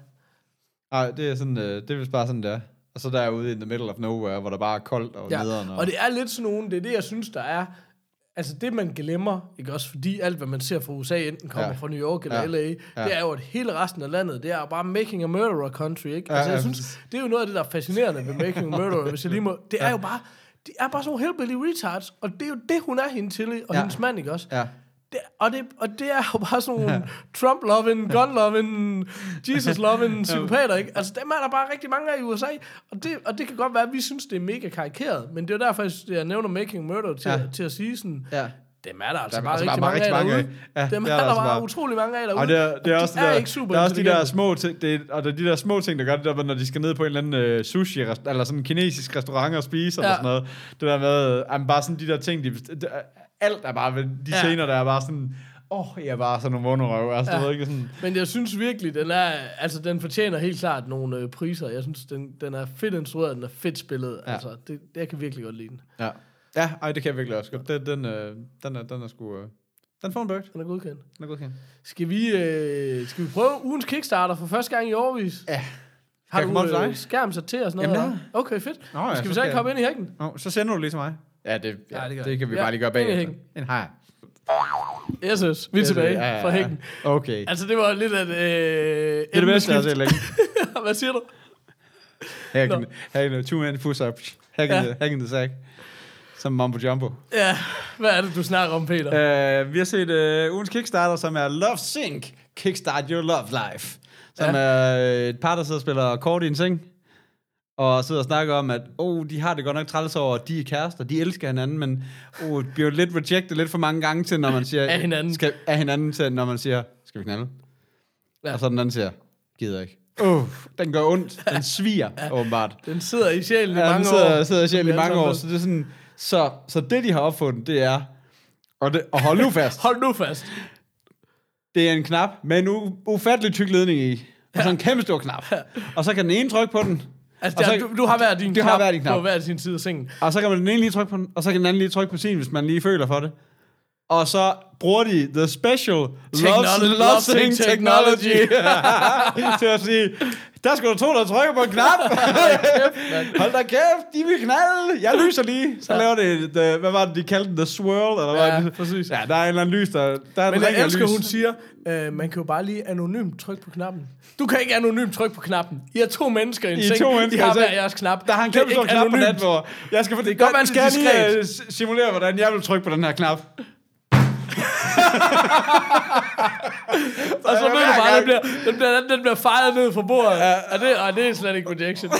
nej, det er sådan, øh, det er vist bare sådan, der. Og så derude in the middle of nowhere, hvor der bare er koldt og Ja. nederen. Og, Og det er lidt sådan nogen, det er det, jeg synes, der er... Altså det, man glemmer, ikke også? Fordi alt, hvad man ser fra U S A, enten kommer Ja. fra New York eller Ja. L A, Ja. det er jo, at hele resten af landet, det er jo bare making a murderer country, ikke? Ja, Altså jeg ja, synes, det er jo noget af det, der er fascinerende ved making a murderer, hvis jeg lige må... Det er jo bare... De er bare sådan nogle hillbilly retards, og det er jo det, hun er, hende Tilly, og Ja. hendes mand, ikke også? ja. Det, og, det, og det er jo bare sådan nogle Trump-loving, gun-loving, Jesus-loving psykopater, ikke? Altså, dem er der bare rigtig mange af i U S A, og det, og det kan godt være, at vi synes, det er mega karikeret, men det er jo derfor, jeg nævner Making Murder til, Ja. til at sige sådan, Ja. dem er der altså Der er bare altså rigtig bare mange, rigtig af mange derude. af. Ja, Dem det er er der der altså bare bare. utrolig mange af derude. Og det er, det er, også, de det er der, ikke super der er også de der intelligente. små ting, det, og der er de der små ting, der gør det der, når de skal ned på en eller anden uh, sushi, eller sådan en kinesisk restaurant og spise, ja. eller sådan noget. Det der med, um, bare sådan de der ting, de, det, alt er bare, ved de Ja. scener, der er bare sådan, åh, oh, jeg er bare sådan nogle underrøv. Altså, Ja. det ved ikke sådan... Men jeg synes virkelig, den er, altså den fortjener helt klart nogle øh, priser. Jeg synes, den, den er fedt instrueret, den er fedt spillet. Ja. Altså, det, det, jeg kan virkelig godt lide den. Ja. Ja, ej, det kan jeg virkelig også godt. Den, den, øh, den, er, den er sgu... Øh, den får en bird. Den er godkendt. Den er godkendt. Skal vi, øh, skal vi prøve ugens Kickstarter for første gang i årvis? Ja. Har jeg komme op du til dig? øh, skærm sat til og sådan Jamen, noget? ja. eller? Okay, fedt. Nå, ja, skal så vi så skal ikke jeg- hoppe ind i hækken? Nå, så sender du lige til mig. Ja, det, ja, Ja, det det, gør det jeg. kan vi Ja, bare lige gøre ind i bag. hækken. En hej. Yes, yes. Vi er tilbage Ja, ja, ja. fra hækken. Okay. Altså, det var lidt at... Øh, Det er det bedste, jeg har set længe. Hvad siger du? Hacking, hacking, two man push-ups. Hacking, Ja. the, hacking the sack. Som Mambo Jumbo. Ja, hvad er det, du snakker om, Peter? Uh, vi har set uh, ugens Kickstarter, som er Love Sync. Kickstart Your Love Life. Som Ja. er et par, der sidder og spiller kort i en seng. Og sidder og snakker om, at oh, de har det godt nok træls over, at de er kærester, de elsker hinanden, men oh, det bliver lidt rejected lidt for mange gange til, når man siger... Af hinanden. Skal, af hinanden til, når man siger, skal vi knalde? Ja. Ja. Og så den anden siger, gider ikke. Uh, den gør ondt. Den sviger, ja. åbenbart. Den sidder i sjælen i Ja, den mange sidder, år. sidder i sjælen i Vi alle mange sammen år, ved. så det er sådan... Så, så det, de har opfundet, det er... Og, det, og hold nu fast. Hold nu fast. Det er en knap med en u- ufattelig tyk ledning i. Og så en kæmpe stor knap. Og så kan den ene trykke på den. Altså, Og der, så- du, du har hver din du knap, har hver din knap. på hver sin side af sengen. Og så kan man den ene lige trykke på den, og så kan den anden lige trykke på sin, hvis man lige føler for det. Og så bruger de the special Technolo- love, love sync technology til at sige, der skal du to, der trykker på en knap. Hold da kæft, de vil knalde. Jeg lyser lige. Så laver det, the, hvad var det, de kaldte den? The swirl? Eller hvad? Ja, præcis. Ja, der er en eller anden lys, der, der er en Men ring jeg af elsker, lys. hun siger, øh, man kan jo bare lige anonymt trykke på knappen. Du kan ikke anonymt trykke på knappen. I er to mennesker i en I er seng. to mennesker I har i en hver seng. jeres knap. Der har en Det er kæmpe stor ikke knap på anonymt. net, hvor jeg skal, for, Det kan godt være, skal det er jeg lige diskret. uh, simulere, hvordan jeg vil trykke på den her knap. Og så ved du hver bare, gang- den bliver, den bliver, den bliver fejret ned fra bordet. Ja. Og, det, og det er slet ikke rejection.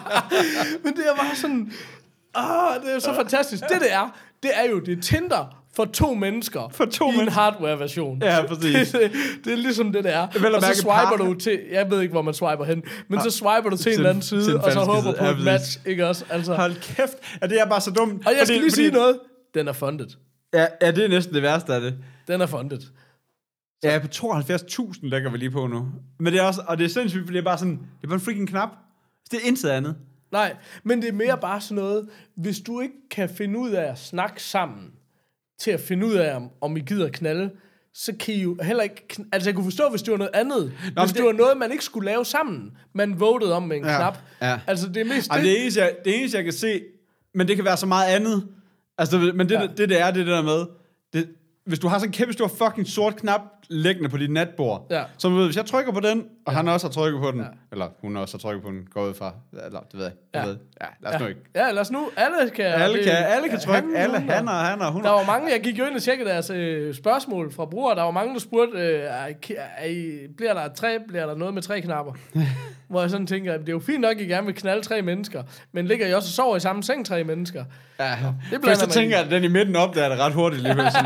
Men det er bare sådan... Åh, det er så fantastisk. Det, det er, det er jo det er Tinder for to mennesker for to i en hardware-version. Ja, præcis. det, det, det er ligesom det, der er. Vel og så swiper par. du til... Jeg ved ikke, hvor man swiper hen. Men ja. så swiper du til, til en eller anden side, og så håber på et match. Ikke også? Altså. Hold kæft. Ja, det er bare så dumt. Og jeg skal fordi, lige fordi, sige noget. Den er funded. Ja, ja, det er næsten det værste af det. Den er funded. Ja, på tooghalvfjerds tusind lægger vi lige på nu. Men det er også... Og det er sindssygt, fordi det er bare sådan... Det er bare en freaking knap. Det er intet andet. Nej, men det er mere bare sådan noget... Hvis du ikke kan finde ud af at snakke sammen... til at finde ud af, om, om I gider knalde, så kan I jo heller ikke... Kn- altså, jeg kunne forstå, hvis det var noget andet. Nå, hvis det, det var noget, man ikke skulle lave sammen. Man votede om med en ja, knap. Ja. Altså, det er mest Jamen, det. Det eneste, jeg, det eneste, jeg kan se... Men det kan være så meget andet. Altså, men det, ja. det, det, det er det der med... Det, hvis du har sådan en kæmpe stor fucking sort knap liggende på dit natbord, ja. så ved, hvis jeg trykker på den, og ja. han også har trykket på den, ja. eller hun også har trykket på den, går ud fra, eller det ved jeg, jeg ja. ved. Ja, lad os ja. nu ikke. Ja, lad os nu, alle kan... Alle det, kan, alle kan trykke, han, alle, han og han og hun. Der var mange, jeg gik jo ind og tjekkede deres øh, spørgsmål fra brugere, der var mange, der spurgte, øh, er, er I, bliver der tre, bliver der noget med tre knapper? Hvor jeg sådan tænker, det er jo fint nok, at I gerne vil knalde tre mennesker, men ligger I også og sover i samme seng tre mennesker? Ja, det bliver så tænker jeg, at den i midten opdager det ret hurtigt lige pludselig.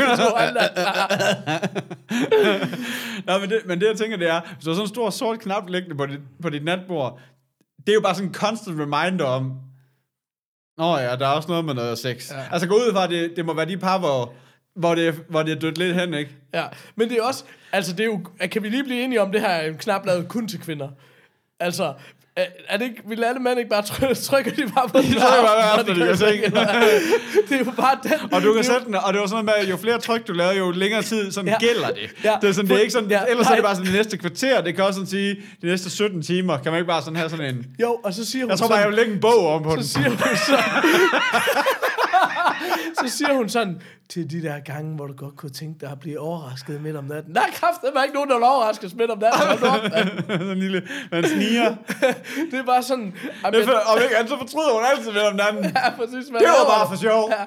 Nå, men det, men det jeg tænker, det er, hvis du har sådan en stor sort knap liggende på dit, på dit natbord, det er jo bare sådan en constant reminder om, nå ja, der er også noget med noget sex. Ja. Altså gå ud fra, det, det må være de par, hvor, hvor, det, hvor det er dødt lidt hen, ikke? Ja, men det er også, altså det er jo, kan vi lige blive enige om, det her er en knap lavet kun til kvinder? Altså... Er, er det ikke, vil alle mænd ikke bare trykke, trykker de bare på den? De trykker bare efter, de kan se. Det er jo bare den. Og du kan sætte den, og det var sådan noget med, jo flere tryk du lavede, jo længere tid, sådan ja. gælder det. Ja. Det er sådan, det er ikke sådan, ja. ellers er det bare sådan de næste kvarter, det kan også sådan sige, de næste sytten timer, kan man ikke bare sådan have sådan en... Jo, og så siger hun Jeg tror bare, sådan, jeg vil lægge en bog om på så den. Siger hun så, så siger hun sådan, til de der gange, hvor du godt kunne tænke dig at blive overrasket midt om natten. Der er kraftedeme ikke nogen, der vil overraskes midt om natten. Sådan en lille, man sniger. Det er bare sådan... Amen, det er for, om ikke andet, så fortryder hun altid midt om natten. Ja, præcis. Det var bare for sjov. Ja.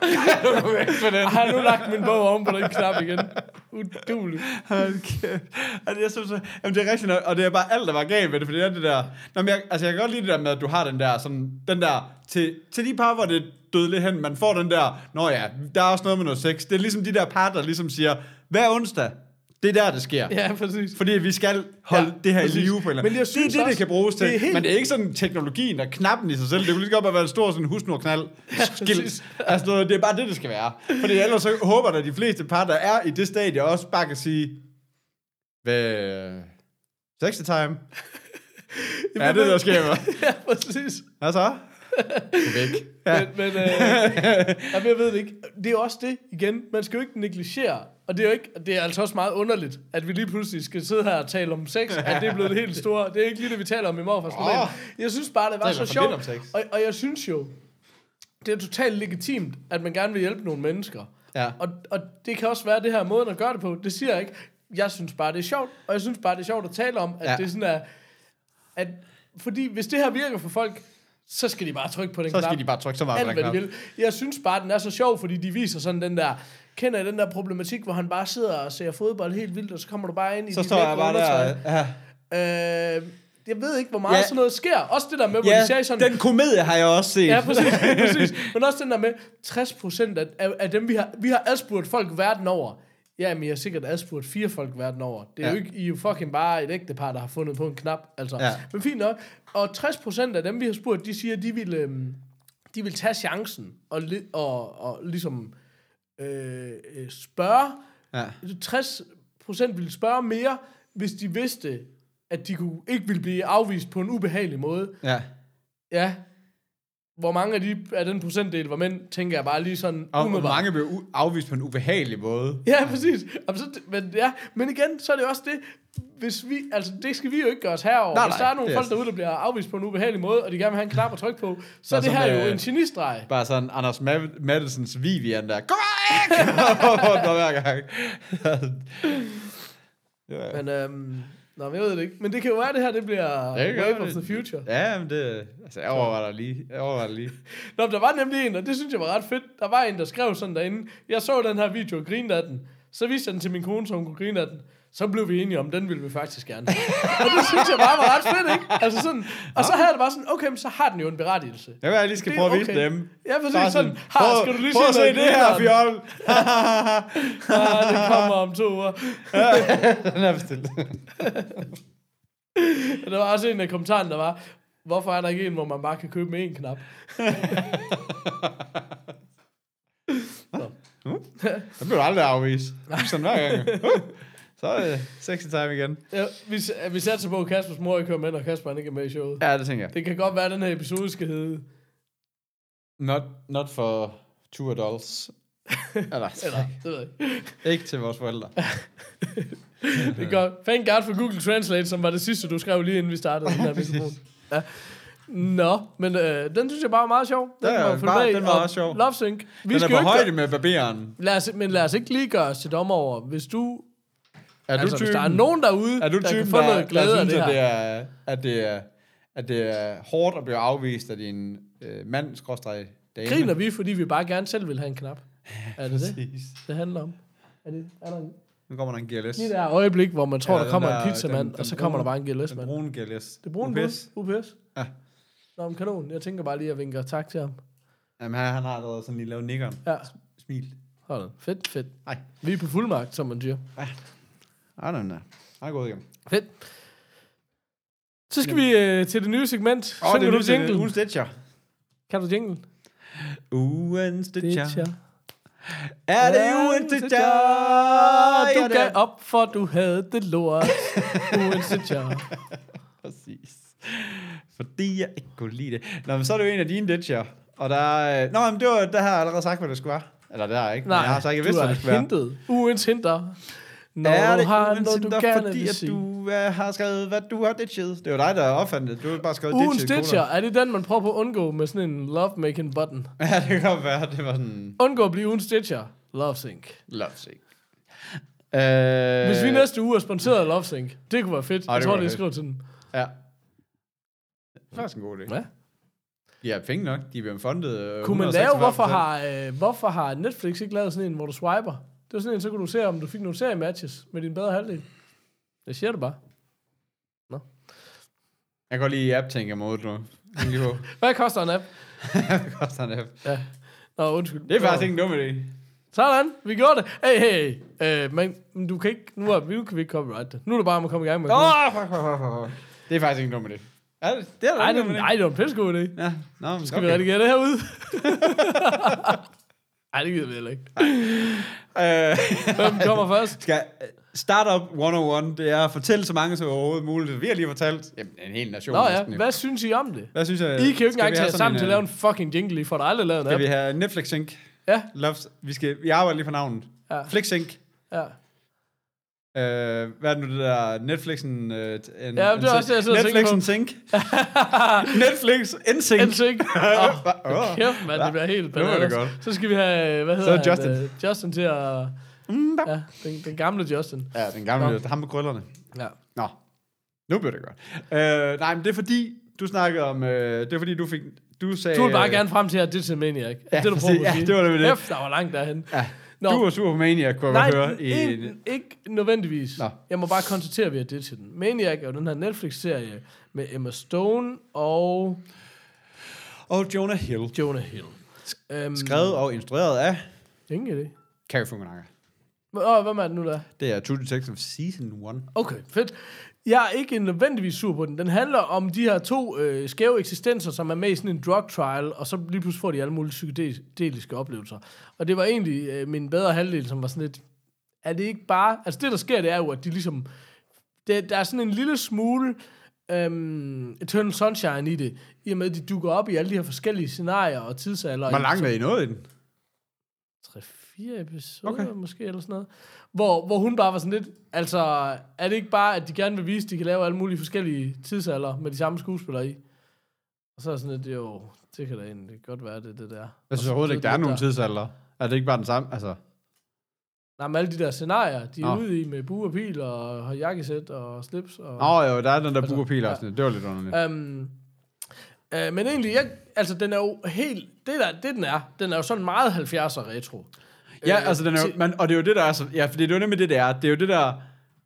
Jeg har nu lagt min bog om på den knap igen. Uduligt. Okay. Altså, jeg synes, jamen, det er rigtigt nok, og det er bare alt, der var galt med det, for det er det der... Nå, men jeg, altså, jeg kan godt lide det der med, at du har den der, sådan, den der, til, til de par, hvor det døde lidt hen, man får den der, nå ja, der er også noget med noget sex. Det er ligesom de der par, der ligesom siger, hver onsdag, det er der, det sker. Ja, præcis. Fordi vi skal holde ja, det her præcis. i live på en eller anden. Men jeg synes det er det, også, det kan bruges til. Det helt... Men det er ikke sådan teknologien og knappen i sig selv. Det kunne lige godt bare være en stor sådan husnurknald. Ja, altså, det er bare det, det skal være. Fordi ellers så håber der, at de fleste par, der er i det stadie, også bare kan sige, hvad... Sexy time. Ja, det der sker. Ja, præcis. Hvad så? Væk. Ja. Men, men øh, jamen, jeg ved det ikke. Det er jo også det, igen, man skal jo ikke negligere, og det er jo ikke, det er altså også meget underligt, at vi lige pludselig skal sidde her og tale om sex, at det er blevet det helt store. Det er ikke lige det, vi taler om i morgen. Oh. Jeg synes bare, det var det så sjovt, og, og jeg synes jo, det er totalt legitimt, at man gerne vil hjælpe nogle mennesker. Ja. Og, og det kan også være det her måden at gøre det på. Det siger jeg ikke. Jeg synes bare, det er sjovt, og jeg synes bare, det er sjovt at tale om, at ja. det er sådan, at, at fordi hvis det her virker for folk, så skal de bare trykke på den knap. Så skal knap. de bare trykke så meget Alt, på den knap. De vil. Jeg synes bare, den er så sjov, fordi de viser sådan den der, kender I den der problematik, hvor han bare sidder og ser fodbold helt vildt, og så kommer du bare ind i så står jeg bare der, ja. øh, jeg ved ikke, hvor meget ja. sådan noget sker. Også det der med, hvor ja, de siger sådan... den komedie har jeg også set. Ja, præcis, præcis. Men også den der med, tres procent af, af dem, vi har, vi har adspurgt folk verden over. Ja, men jeg har sikkert adspurgt fire folk verden over. Det er ja. jo ikke, I er jo fucking bare et ægtepar, der har fundet på en knap. Altså. Ja. Men fint nok. Og tres procent af dem, vi har spurgt, de siger, at de vil, øhm, de vil tage chancen og, li- og, og ligesom øh, spørge. Ja. tres procent ville spørge mere, hvis de vidste, at de kunne, ikke ville blive afvist på en ubehagelig måde. Ja. Ja. Hvor mange af, de, af den procentdel var mænd, tænker jeg bare lige sådan... Og hvor mange blev u- afvist på en ubehagelig måde. Ja, præcis. Men, ja, men igen, så er det også det, hvis vi... Altså, det skal vi jo ikke gøre os herover. Nej, hvis der er nogle folk derude, der bliver afvist på en ubehagelig måde, og de gerne vil have en knap at trykke på, så er det her jo en genistreg. Bare sådan Anders Mattelsens Vivian der. Kom ikke! Hver gang. ja. Men... Øhm, Nå, jeg ved det ikke. Men det kan jo være, det her, det bliver det Wave of the Future. Ja, men det... Altså, jeg overvejer dig lige. Jeg overvejer dig lige. Nå, der var nemlig en, og det synes jeg var ret fedt. Der var en, der skrev sådan derinde. Jeg så den her video og grinede af den. Så viste jeg den til min kone, så hun kunne grine af den. Så blev vi enige om, den ville vi faktisk gerne. Og det synes jeg bare var ret fedt, ikke? Altså sådan, og så havde det bare sådan, okay, men så har den jo en berettigelse. Jeg vil jeg lige skal prøve at vise okay. dem. Ja, præcis sådan. Har, skal du lige prøv at se det her, fjol. Ja, det kommer om to uger. Den er bestilt. Der var også en af kommentarerne, der var, hvorfor er der ikke en, hvor man bare kan købe med en knap? Uh, så bliver du aldrig afvist. Sådan hver gang. Uh, så er det sexy time igen. Ja, vi, vi satser på, at Kaspers mor ikke kører med, når Kasper ikke er med i showet. Ja, det tænker jeg. Det kan godt være, at den her episode skal hedde... Not, not for two adults. Eller, Eller, det ved jeg ikke. Ikke til vores forældre. Det går. Thank God for Google Translate, som var det sidste, du skrev lige inden vi startede den her mikrofon. Ja. Nå, men øh, den synes jeg bare var meget sjov. Den, ja, var, bare, den var også sjov. Love Sync. Vi den er skal på højde gøre... med barberen. Lad os, men lad os ikke lige gøre os til dommer over, hvis du... Er du altså, typen, hvis der er nogen derude, er du der typen, kan få noget der, glæde der af synes, det her. At det er, at det er, at det er hårdt at blive afvist af din øh, mand, skråstreg, dame. Griner vi, fordi vi bare gerne selv vil have en knap? Er det det, Præcis. det handler om? Er det, er der en... Nu kommer der en G L S. Lige der øjeblik, hvor man tror, Ja, der kommer der, en pizzamand, den, og så den kommer brune, der bare en G L S-mand. Den brune G L S. Det brune U P S. U P S? Ja. Nå, men kanon. Jeg tænker bare lige at vinke tak til ham. Jamen, han, han har allerede sådan lige lavet nikkeren. Ja. Smil. Hold da. Fedt, fedt. Nej. Vi er på fuldmagt, som man siger. Ja. Ej, den er. Han er gået igennem. Fedt. Så skal Jamen. vi øh, til det nye segment. Åh, oh, det er du nu jingle? ugens Ditcher. Kan du jingle? Ugens Ditcher. Ditcher. Er det ugens Ditcher? Du Ja, gav op, for du havde det lort. Ugens Ditcher. Præcis. Fordi jeg ikke kunne lide det. Nå, men så er det jo en af dine Ditcher. Og der er... Nå, men det var, der har jeg allerede sagt, hvad det skulle være. Eller det har jeg ikke. Nej, men jeg har så ikke vidst, du hvad det skulle hintet. være. Ugens hinter. Når er det du har ugens noget, du Ditcher, gerne fordi vil at sige. du uh, har skrevet, hvad du har ditchet? Det var dig, der opfandt det. Du har bare skrevet Ugens ditchet. Ditcher, er det den, man prøver på at undgå med sådan en love-making button? Ja, det kan godt være. Det var sådan... Undgå at blive ugens Ditcher. Love Sync. Love sync. Uh, Øh, Hvis vi næste uge er sponsoreret af Love Sync, det kunne være fedt. Ej, Jeg det tror, kunne det er være skrevet til den. Ja. Det er faktisk en god idé. Ja. De har penge nok. De er blevet fundet. Kunne man lave, hvorfor har, øh, hvorfor har Netflix ikke lavet sådan en, hvor du swiper? Det var sådan en, så kunne du se, om du fik nogle seriematches med din bedre halvdel. Det siger du bare. Nå. Jeg kan godt lide app-tænker mod nu. Hvad koster en app? Hvad koster en app? Ja. Nå, undskyld. Det er faktisk ikke en dum idé. Sådan, vi gjorde det. Hey, hey, hey. Øh, men men du kan ikke, nu, er, nu kan vi ikke copyright det. Nu er det bare om at komme i gang med det. Åh, fuck, fuck, fuck, fuck. Det er faktisk ikke en dum idé. Er det? Det er Nej, ikke det, en dum idé. nej, det var en pissegod idé. Ja, nå, men Skal okay. vi redigere det her ud? Nej, det gider vi heller ikke. Øh, Hvem kommer først? skal Startup et nul et, det er at fortælle så mange som overhovedet muligt. Vi har lige fortalt jamen, en hel nation. Nå ja, næsten, jo. hvad synes I om det? Hvad synes jeg? I kan jo ikke skal engang vi tage have jer sådan sammen til at en, lave en fucking jingle. I får da aldrig lavet en Skal app. vi have Netflix Sync? Ja. Loves, vi, skal, vi arbejder lige på navnet. Ja. Flix Sync. Ja. Uh, hvad er det nu det der Netflixen uh, en, Ja, det er også det, jeg sidder og tænker Netflixen på. Sync. Netflix N-Sync. En sync. Åh, Åh. kæft, mand, det bliver helt Nu er det bananas. godt. Så skal vi have, hvad Så hedder er Justin. han? Uh, Justin til at... Mm, Ja, den, den gamle Justin. ja, den gamle, Nå. ham med krøllerne. Ja. Nå, nu bliver det godt. Uh, nej, men det er fordi, du snakkede om, uh, det er fordi, du fik, du sagde... Du vil bare gerne frem til, at det er til Maniac. Ja, det, du præcis. prøver at Ja, sige. det var det med det. Efter, hvor langt derhen. Ja, Nå. du var Supermaniac, kunne jeg Nej, godt høre. I, ikke, ikke nødvendigvis. Nå. Jeg må bare konstatere, at vi har det til den. Maniac er jo den her Netflix-serie med Emma Stone og og Jonah Hill. Jonah Hill. Um, Skrevet og instrueret af Ingen idé. Carrie Fukunaga. Åh, hvem er det nu der? Det er True Detective Season et. Okay, fedt. Jeg er ikke nødvendigvis sur på den. Den handler om de her to øh, skæve eksistenser, som er med i sådan en drug trial, og så lige pludselig får de alle mulige psykedeliske oplevelser. Og det var egentlig øh, min bedre halvdel, som var sådan lidt... Er det ikke bare... Altså det, der sker, det er jo, at de ligesom... Det, der er sådan en lille smule øhm, Eternal Sunshine i det, i og med, at de dukker op i alle de her forskellige scenarier og tidsalder. Hvor langt er I nået i den? tre-fire episoder, Okay. okay. måske, eller sådan noget. Hvor, hvor hun bare var sådan lidt, altså, er det ikke bare, at de gerne vil vise, at de kan lave alle mulige forskellige tidsalder med de samme skuespillere i? Og så er sådan lidt, jo, det kan da egentlig godt være, det, det der. Jeg synes overhovedet ikke, der er nogen tidsalder. Er det ikke bare den samme? Altså... Nej, men alle de der scenarier, de er Nå. ude i med bue og pil, og har jakkesæt og slips. Og, Åh oh, jo, der er den der Altså, buerpil ja. og sådan. Det var lidt underligt. Um, uh, men egentlig, jeg, altså, den er jo helt, det der, det den er, den er jo sådan meget halvfjerdser retro. Ja, Øh, altså den er jo, til- man, og det er jo det, der er så... Ja, fordi det er jo nemlig det, der er. Det er jo det der...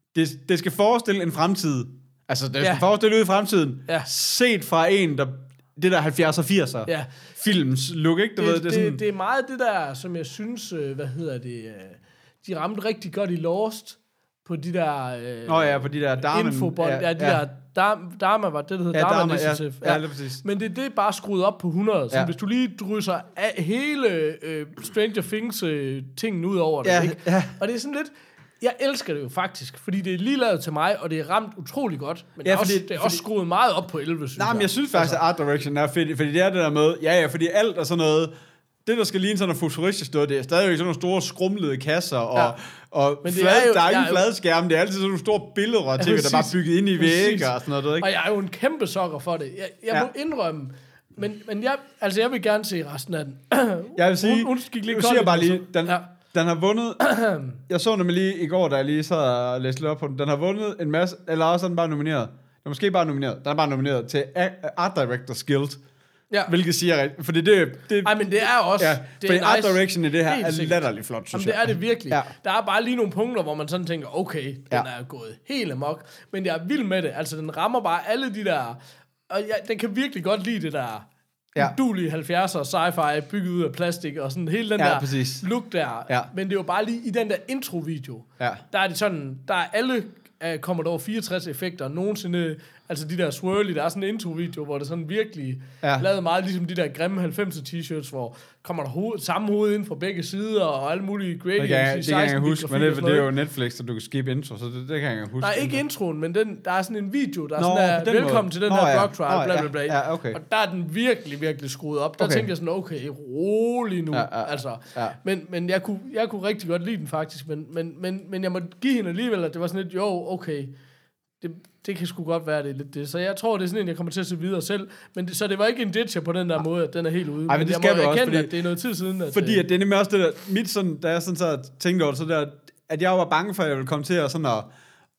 det, det skal forestille en fremtid. Altså, det Ja. skal forestille ud i fremtiden. Ja. Set fra en, der... Det der halvfjerdser og firser Ja. films look, ikke? Du Det, ved, det, det, er det, sådan, det er meget det der, som jeg synes, øh, hvad hedder det, øh, de ramte rigtig godt i Lost, på de der øh, Nå ja, på de der Dharma. infobånd, ja, ja, de der Dharma, Dharma var det, der hedder Ja, Dharma Dharma, ja. Initiative. Ja, lige præcis. Men det, det er bare skruet op på hundrede, så Ja. hvis du lige drysser af hele øh, Stranger Things øh, tingen ud over det, Ja, ikke? ja. Og det er sådan lidt, jeg elsker det jo faktisk, fordi det er lige lavet til mig, og det er ramt utrolig godt, men Ja, ja, fordi- også, det er fordi- også skruet meget op på elleve, synes Nej, men jeg synes faktisk, Altså, at Art Direction er fedt, fordi det er det der med, ja ja, fordi alt er sådan noget, det der skal ligne sådan noget futuristisk noget, det er stadigvæk sådan nogle store skrumlede kasser, og, Ja. og Men det flad, er jo- der er jeg ingen er jo- fladskærme, det er altid sådan nogle store billeder af ting, der bare er præcis. bygget ind i Præcis. vægge og sådan noget, du ved, ikke? Og jeg er jo en kæmpe sokker for det. Jeg, jeg Ja. må indrømme, men, men jeg, altså jeg vil gerne se resten af den. Jeg vil sige, Hun- hun gik lidt jeg kold siger i bare den, lige, så- den, ja. den har vundet, jeg så nemlig lige i går, da jeg lige sad og læste lidt op på den, den har vundet en masse, eller også er den bare nomineret, den er måske bare nomineret, den er bare nomineret til A- Art Directors Guild, Ja. hvilket siger rigtigt, fordi det, det Ej, men det er også... ja, det fordi er Art nice. Direction i det her Helt er sikkert. latterligt flot, synes Jamen, det jeg. er det virkelig. Ja. Ja. Der er bare lige nogle punkter, hvor man sådan tænker, okay, den Ja. er gået helt amok. Men jeg er vild med det. Altså, den rammer bare alle de der... Og jeg, den kan virkelig godt lide det der... Ja. Ja. Udulige halvfjerdser sci-fi bygget ud af plastik og sådan hele den Ja, der præcis. look der. Ja. Men det er jo bare lige i den der intro-video. Ja. Der er det sådan, der er alle uh, Commodore fireogtres effekter nogensinde, altså de der swirly, der er sådan en intro-video, hvor det sådan virkelig Ja. ja. lavet meget ligesom de der grimme halvfemser t-shirts, hvor kommer der hoved, samme hoved ind fra begge sider, og alle mulige gradients Det kan, jeg, i det kan jeg seksten huske, bit men grafik det, og sådan det er noget. jo Netflix, så du kan skip intro, så det, det kan jeg huske. Nej, ikke introen, men den, der er sådan en video, der er Nå, sådan på der, den velkommen måde. til den Nå, her ja. drug trial, Nå, bla ja. bla bla. Ja, okay. Og der er den virkelig, virkelig skruet op. Der Okay. tænker jeg sådan, okay, rolig nu. Ja, ja, altså. ja. Men, men jeg, kunne, jeg kunne rigtig godt lide den faktisk, men, men, men, men jeg må give hende alligevel, at det var sådan lidt, jo, okay, det, det kan sgu godt være, det er lidt det. Så jeg tror, det er sådan en, jeg kommer til at se videre selv. Men det, så det var ikke en ditcher på den der måde, at den er helt ude. Ej, men det jeg skal må du også, erkende, fordi- at det er noget tid siden. At, Fordi øh, at det er nemlig også det der, mit sådan, da jeg sådan så tænkte over det, så der, at jeg var bange for, at jeg ville komme til at sådan at,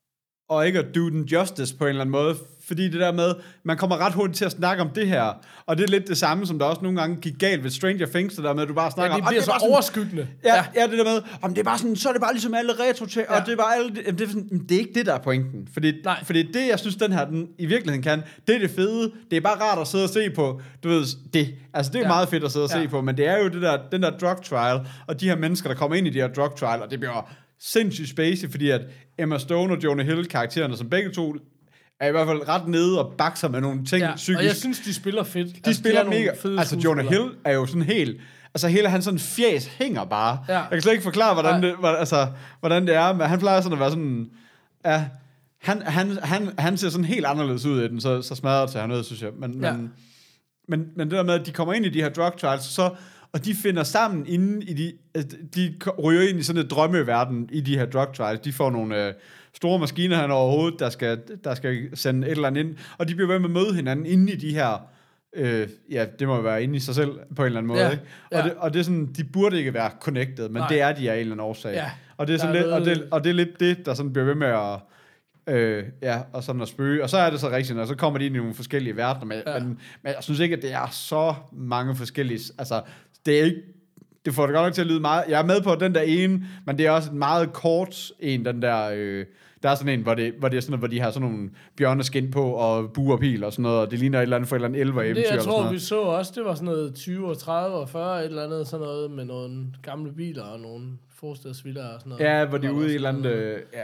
og ikke at do den justice på en eller anden måde, fordi det der med, man kommer ret hurtigt til at snakke om det her, og det er lidt det samme, som der også nogle gange gik galt ved Stranger Things, det der med, at du bare ja, snakker det om, bliver "Ah, så bare sådan- overskyggende. Ja, ja. ja, det der med, om det er bare sådan, så er det bare ligesom alle retro til, ja. Ja. og det er bare alle, det, det, er sådan, men det er ikke det, der er pointen. Fordi, Nej. fordi det, jeg synes, den her, den i virkeligheden kan, det er det fede, det er bare rart at sidde og se på, du ved, det, altså det er ja. Ja. meget fedt at sidde og Ja. se på, men det er jo det der, den der drug trial, og de her mennesker, der kommer ind i de her drug trial, og det bliver sindssygt spacey, fordi at Emma Stone og Jonah Hill, karaktererne, som begge to, er i hvert fald ret nede og bakser med nogle ting Ja, psykisk. og jeg synes, de spiller fedt. De altså, spiller er nogle mega... fede Altså, Jonah skuespillere. Hill er jo sådan helt... Altså, hele hans sådan fjæs hænger bare. Ja. Jeg kan slet ikke forklare, hvordan det, hvad, altså, hvordan det er, men han plejer sådan at være sådan... Ja, han, han, han, han ser sådan helt anderledes ud i den, så, så smadret til han ud, synes jeg. Men, Ja. men, men, men det der med, at de kommer ind i de her drug trials, så, og de finder sammen inde i de... altså, de ryger ind i sådan et drømmeverden i de her drug trials. De får nogle... Øh, store maskiner han overhovedet, der skal, der skal sende et eller andet ind, og de bliver ved med at møde hinanden inde i de her, øh, ja, det må være inde i sig selv på en eller anden måde, Ja, ikke? Og, ja. det, og det er sådan, de burde ikke være connected, men Nej. det er de af en eller anden årsag. Ja, og, det er sådan der er lidt, og, noget- det, og det er lidt det, der sådan bliver ved med at, øh, ja, og sådan at spøge, og så er det så rigtigt, og så kommer de ind i nogle forskellige verdener, men, Ja. men, men jeg synes ikke, at det er så mange forskellige, altså, det er ikke, det får det godt nok til at lyde meget, jeg er med på den der ene, men det er også en meget kort en, den der, øh, der er sådan en, hvor det, hvor det er sådan noget, hvor de har sådan nogle bjørneskin på, og bue og pil og sådan noget, og det ligner et eller andet for et eller andet elver eventyr Det, jeg eller sådan tror, noget. vi så også, det var sådan noget tyve og tredive og fyrre, et eller andet, sådan noget med nogle gamle biler og nogle forstadsvillaer og sådan noget. Ja, hvor de er Der var ude i også et eller andet, noget- øh, ja.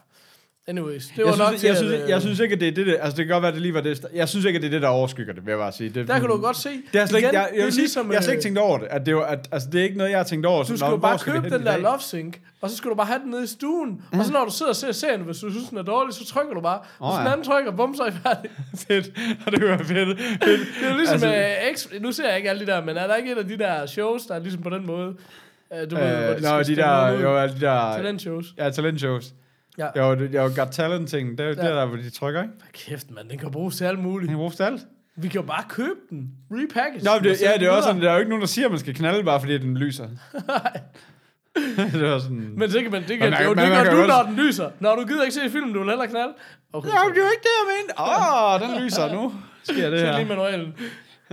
Anyways, det Jeg var nok synes, til, jeg, synes, at, øh, jeg synes ikke, at det er det, der, altså det kan godt være, at det lige var det, jeg synes ikke, at det er det, der overskygger det, vil jeg bare sige. Det, Der kan du godt se. Det har slet ikke, Igen, jeg, jeg, det er vil sige, ligesom, jeg har slet øh, ikke tænkt over det, at det, var, at, altså det er ikke noget, jeg har tænkt over. Du så, skal nå, jo hvor bare skal vi købe hen den i der dag? Love Sync, og så skal du bare have den nede i stuen, og så når du sidder og ser serien, hvis du synes, den er dårlig, så trykker du bare, og Åh, så den ja. anden trykker, bum, så er I færdig. Fedt, og det kunne være fedt. fedt. Det er jo ligesom, Altså- altså, X, nu ser jeg ikke alle de der, men er der ikke et af de der shows, der er ligesom på den måde? Uh, du ved, hvor Øh, de Nå, skal de stemme der, nogen ud. jo, alle de der, Talentshows. ja, talentshows. Ja. Jo, det, jo, Got Talent ting, det er jo Ja. det der, hvor de trykker, ikke? Kæft, mand, den kan bruges til alt muligt. Den kan bruges til alt. Vi kan jo bare købe den. Repackage. Nå, den og det, sende ja, det er den også sådan, videre. der er jo ikke nogen, der siger, at man skal knalde, bare fordi den lyser. det er sådan... Men det kan man, det Men kan, man- jo, men det man gør kan du, godt- når den lyser. Når du gider ikke se filmen, du vil hellere knalde. Okay, Ja, men det er jo ikke det, jeg mente. Åh, oh, den lyser nu. Sker det så her. lige manualen.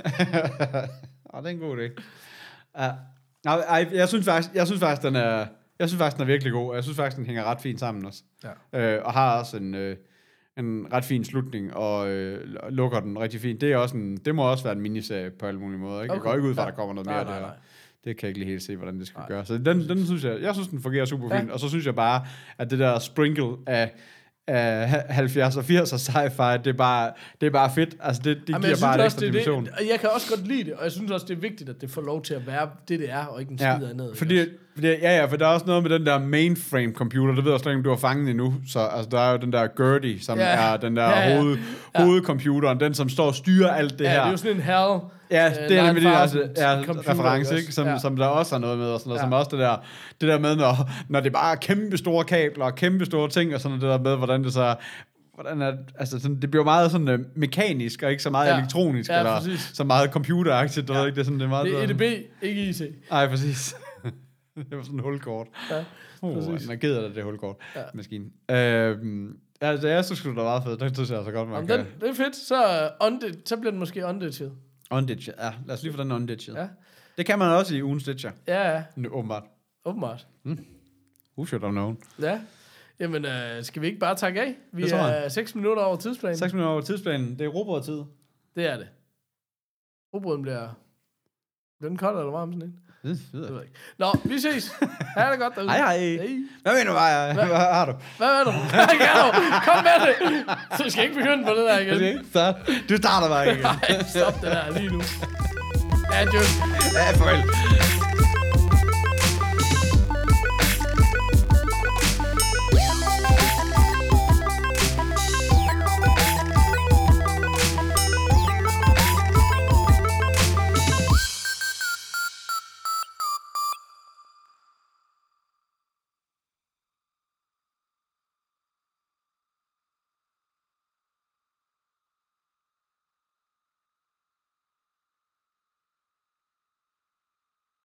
Åh, det er en god idé. Ja. Nej, ej, jeg synes faktisk, jeg synes faktisk, den er, Jeg synes faktisk, den er virkelig god. Jeg synes faktisk, den hænger ret fint sammen også. Ja. Øh, og har også en, øh, en ret fin slutning, og øh, lukker den rigtig fint. Det, er også en, det må også være en miniserie på alle mulige måder. Ikke? Okay. Jeg går ikke ud fra, at der kommer noget nej, mere nej, nej. der. Det kan jeg ikke lige helt se, hvordan det skal nej. gøre. Så den, den synes jeg, jeg synes, den fungerer super fint. Ja. Og så synes jeg bare, at det der sprinkle af Uh, halvfjerds og firs og sci-fi, det er bare, det er bare fedt. Altså, det, det giver bare en ekstra dimension. Det, jeg kan også godt lide det, og jeg synes også, det er vigtigt, at det får lov til at være det, det er, og ikke en ja, skid andet. Fordi, fordi, ja, ja, for der er også noget med den der mainframe-computer, det ved jeg slet ikke, om du har fanget endnu. Så altså, der er jo den der Gertie, som ja. er den der ja, ja. Hoved, ja. hovedcomputeren, den som står og styrer alt det ja, her. Ja, det er jo sådan en hal. Ja, uh, det er med det altså, ja, reference, ikke? Som, ja. som der også er noget med, og sådan noget, ja. som også det der, det der med, når, når det bare er kæmpe store kabler, og kæmpe store ting, og sådan noget, det der med, hvordan det så hvordan er, altså sådan, det bliver meget sådan uh, mekanisk, og ikke så meget ja. elektronisk, ja, eller præcis. så meget computeragtigt, ja. ikke? Det er sådan, det er meget... Det er E D B, ikke I C. Nej, præcis. Det var sådan en hulkort. Ja, uh, den er ked af det, det hulkort, ja. maskinen. Øhm, altså, jeg synes, det var meget fedt. Det synes jeg så godt, man kan. Den, det er fedt. Så, uh, så bliver den måske unditched. Unditched, ja. Lad os lige få den unditched. Ja. Det kan man også i ugen Stitcher. Ja, ja. Nu, åbenbart. Åbenbart. Hmm. Who should have known? Ja. Jamen, øh, skal vi ikke bare takke af? Vi er seks minutter over tidsplanen. seks minutter over tidsplanen. Det er robrødtid. Det er det. Robrøden bliver... Bliver den kold eller varm sådan en? Det ved jeg ikke. Nå, vi ses. Ha' det godt derude. Hej, hej. Hey. Hvad mener du, hvad, hvad har du? Hvad mener du? Kom med det. Så du skal ikke begynde på det der igen. Okay, så. Du starter bare igen. Nej, stop det der lige nu. Adios. Ja, farvel.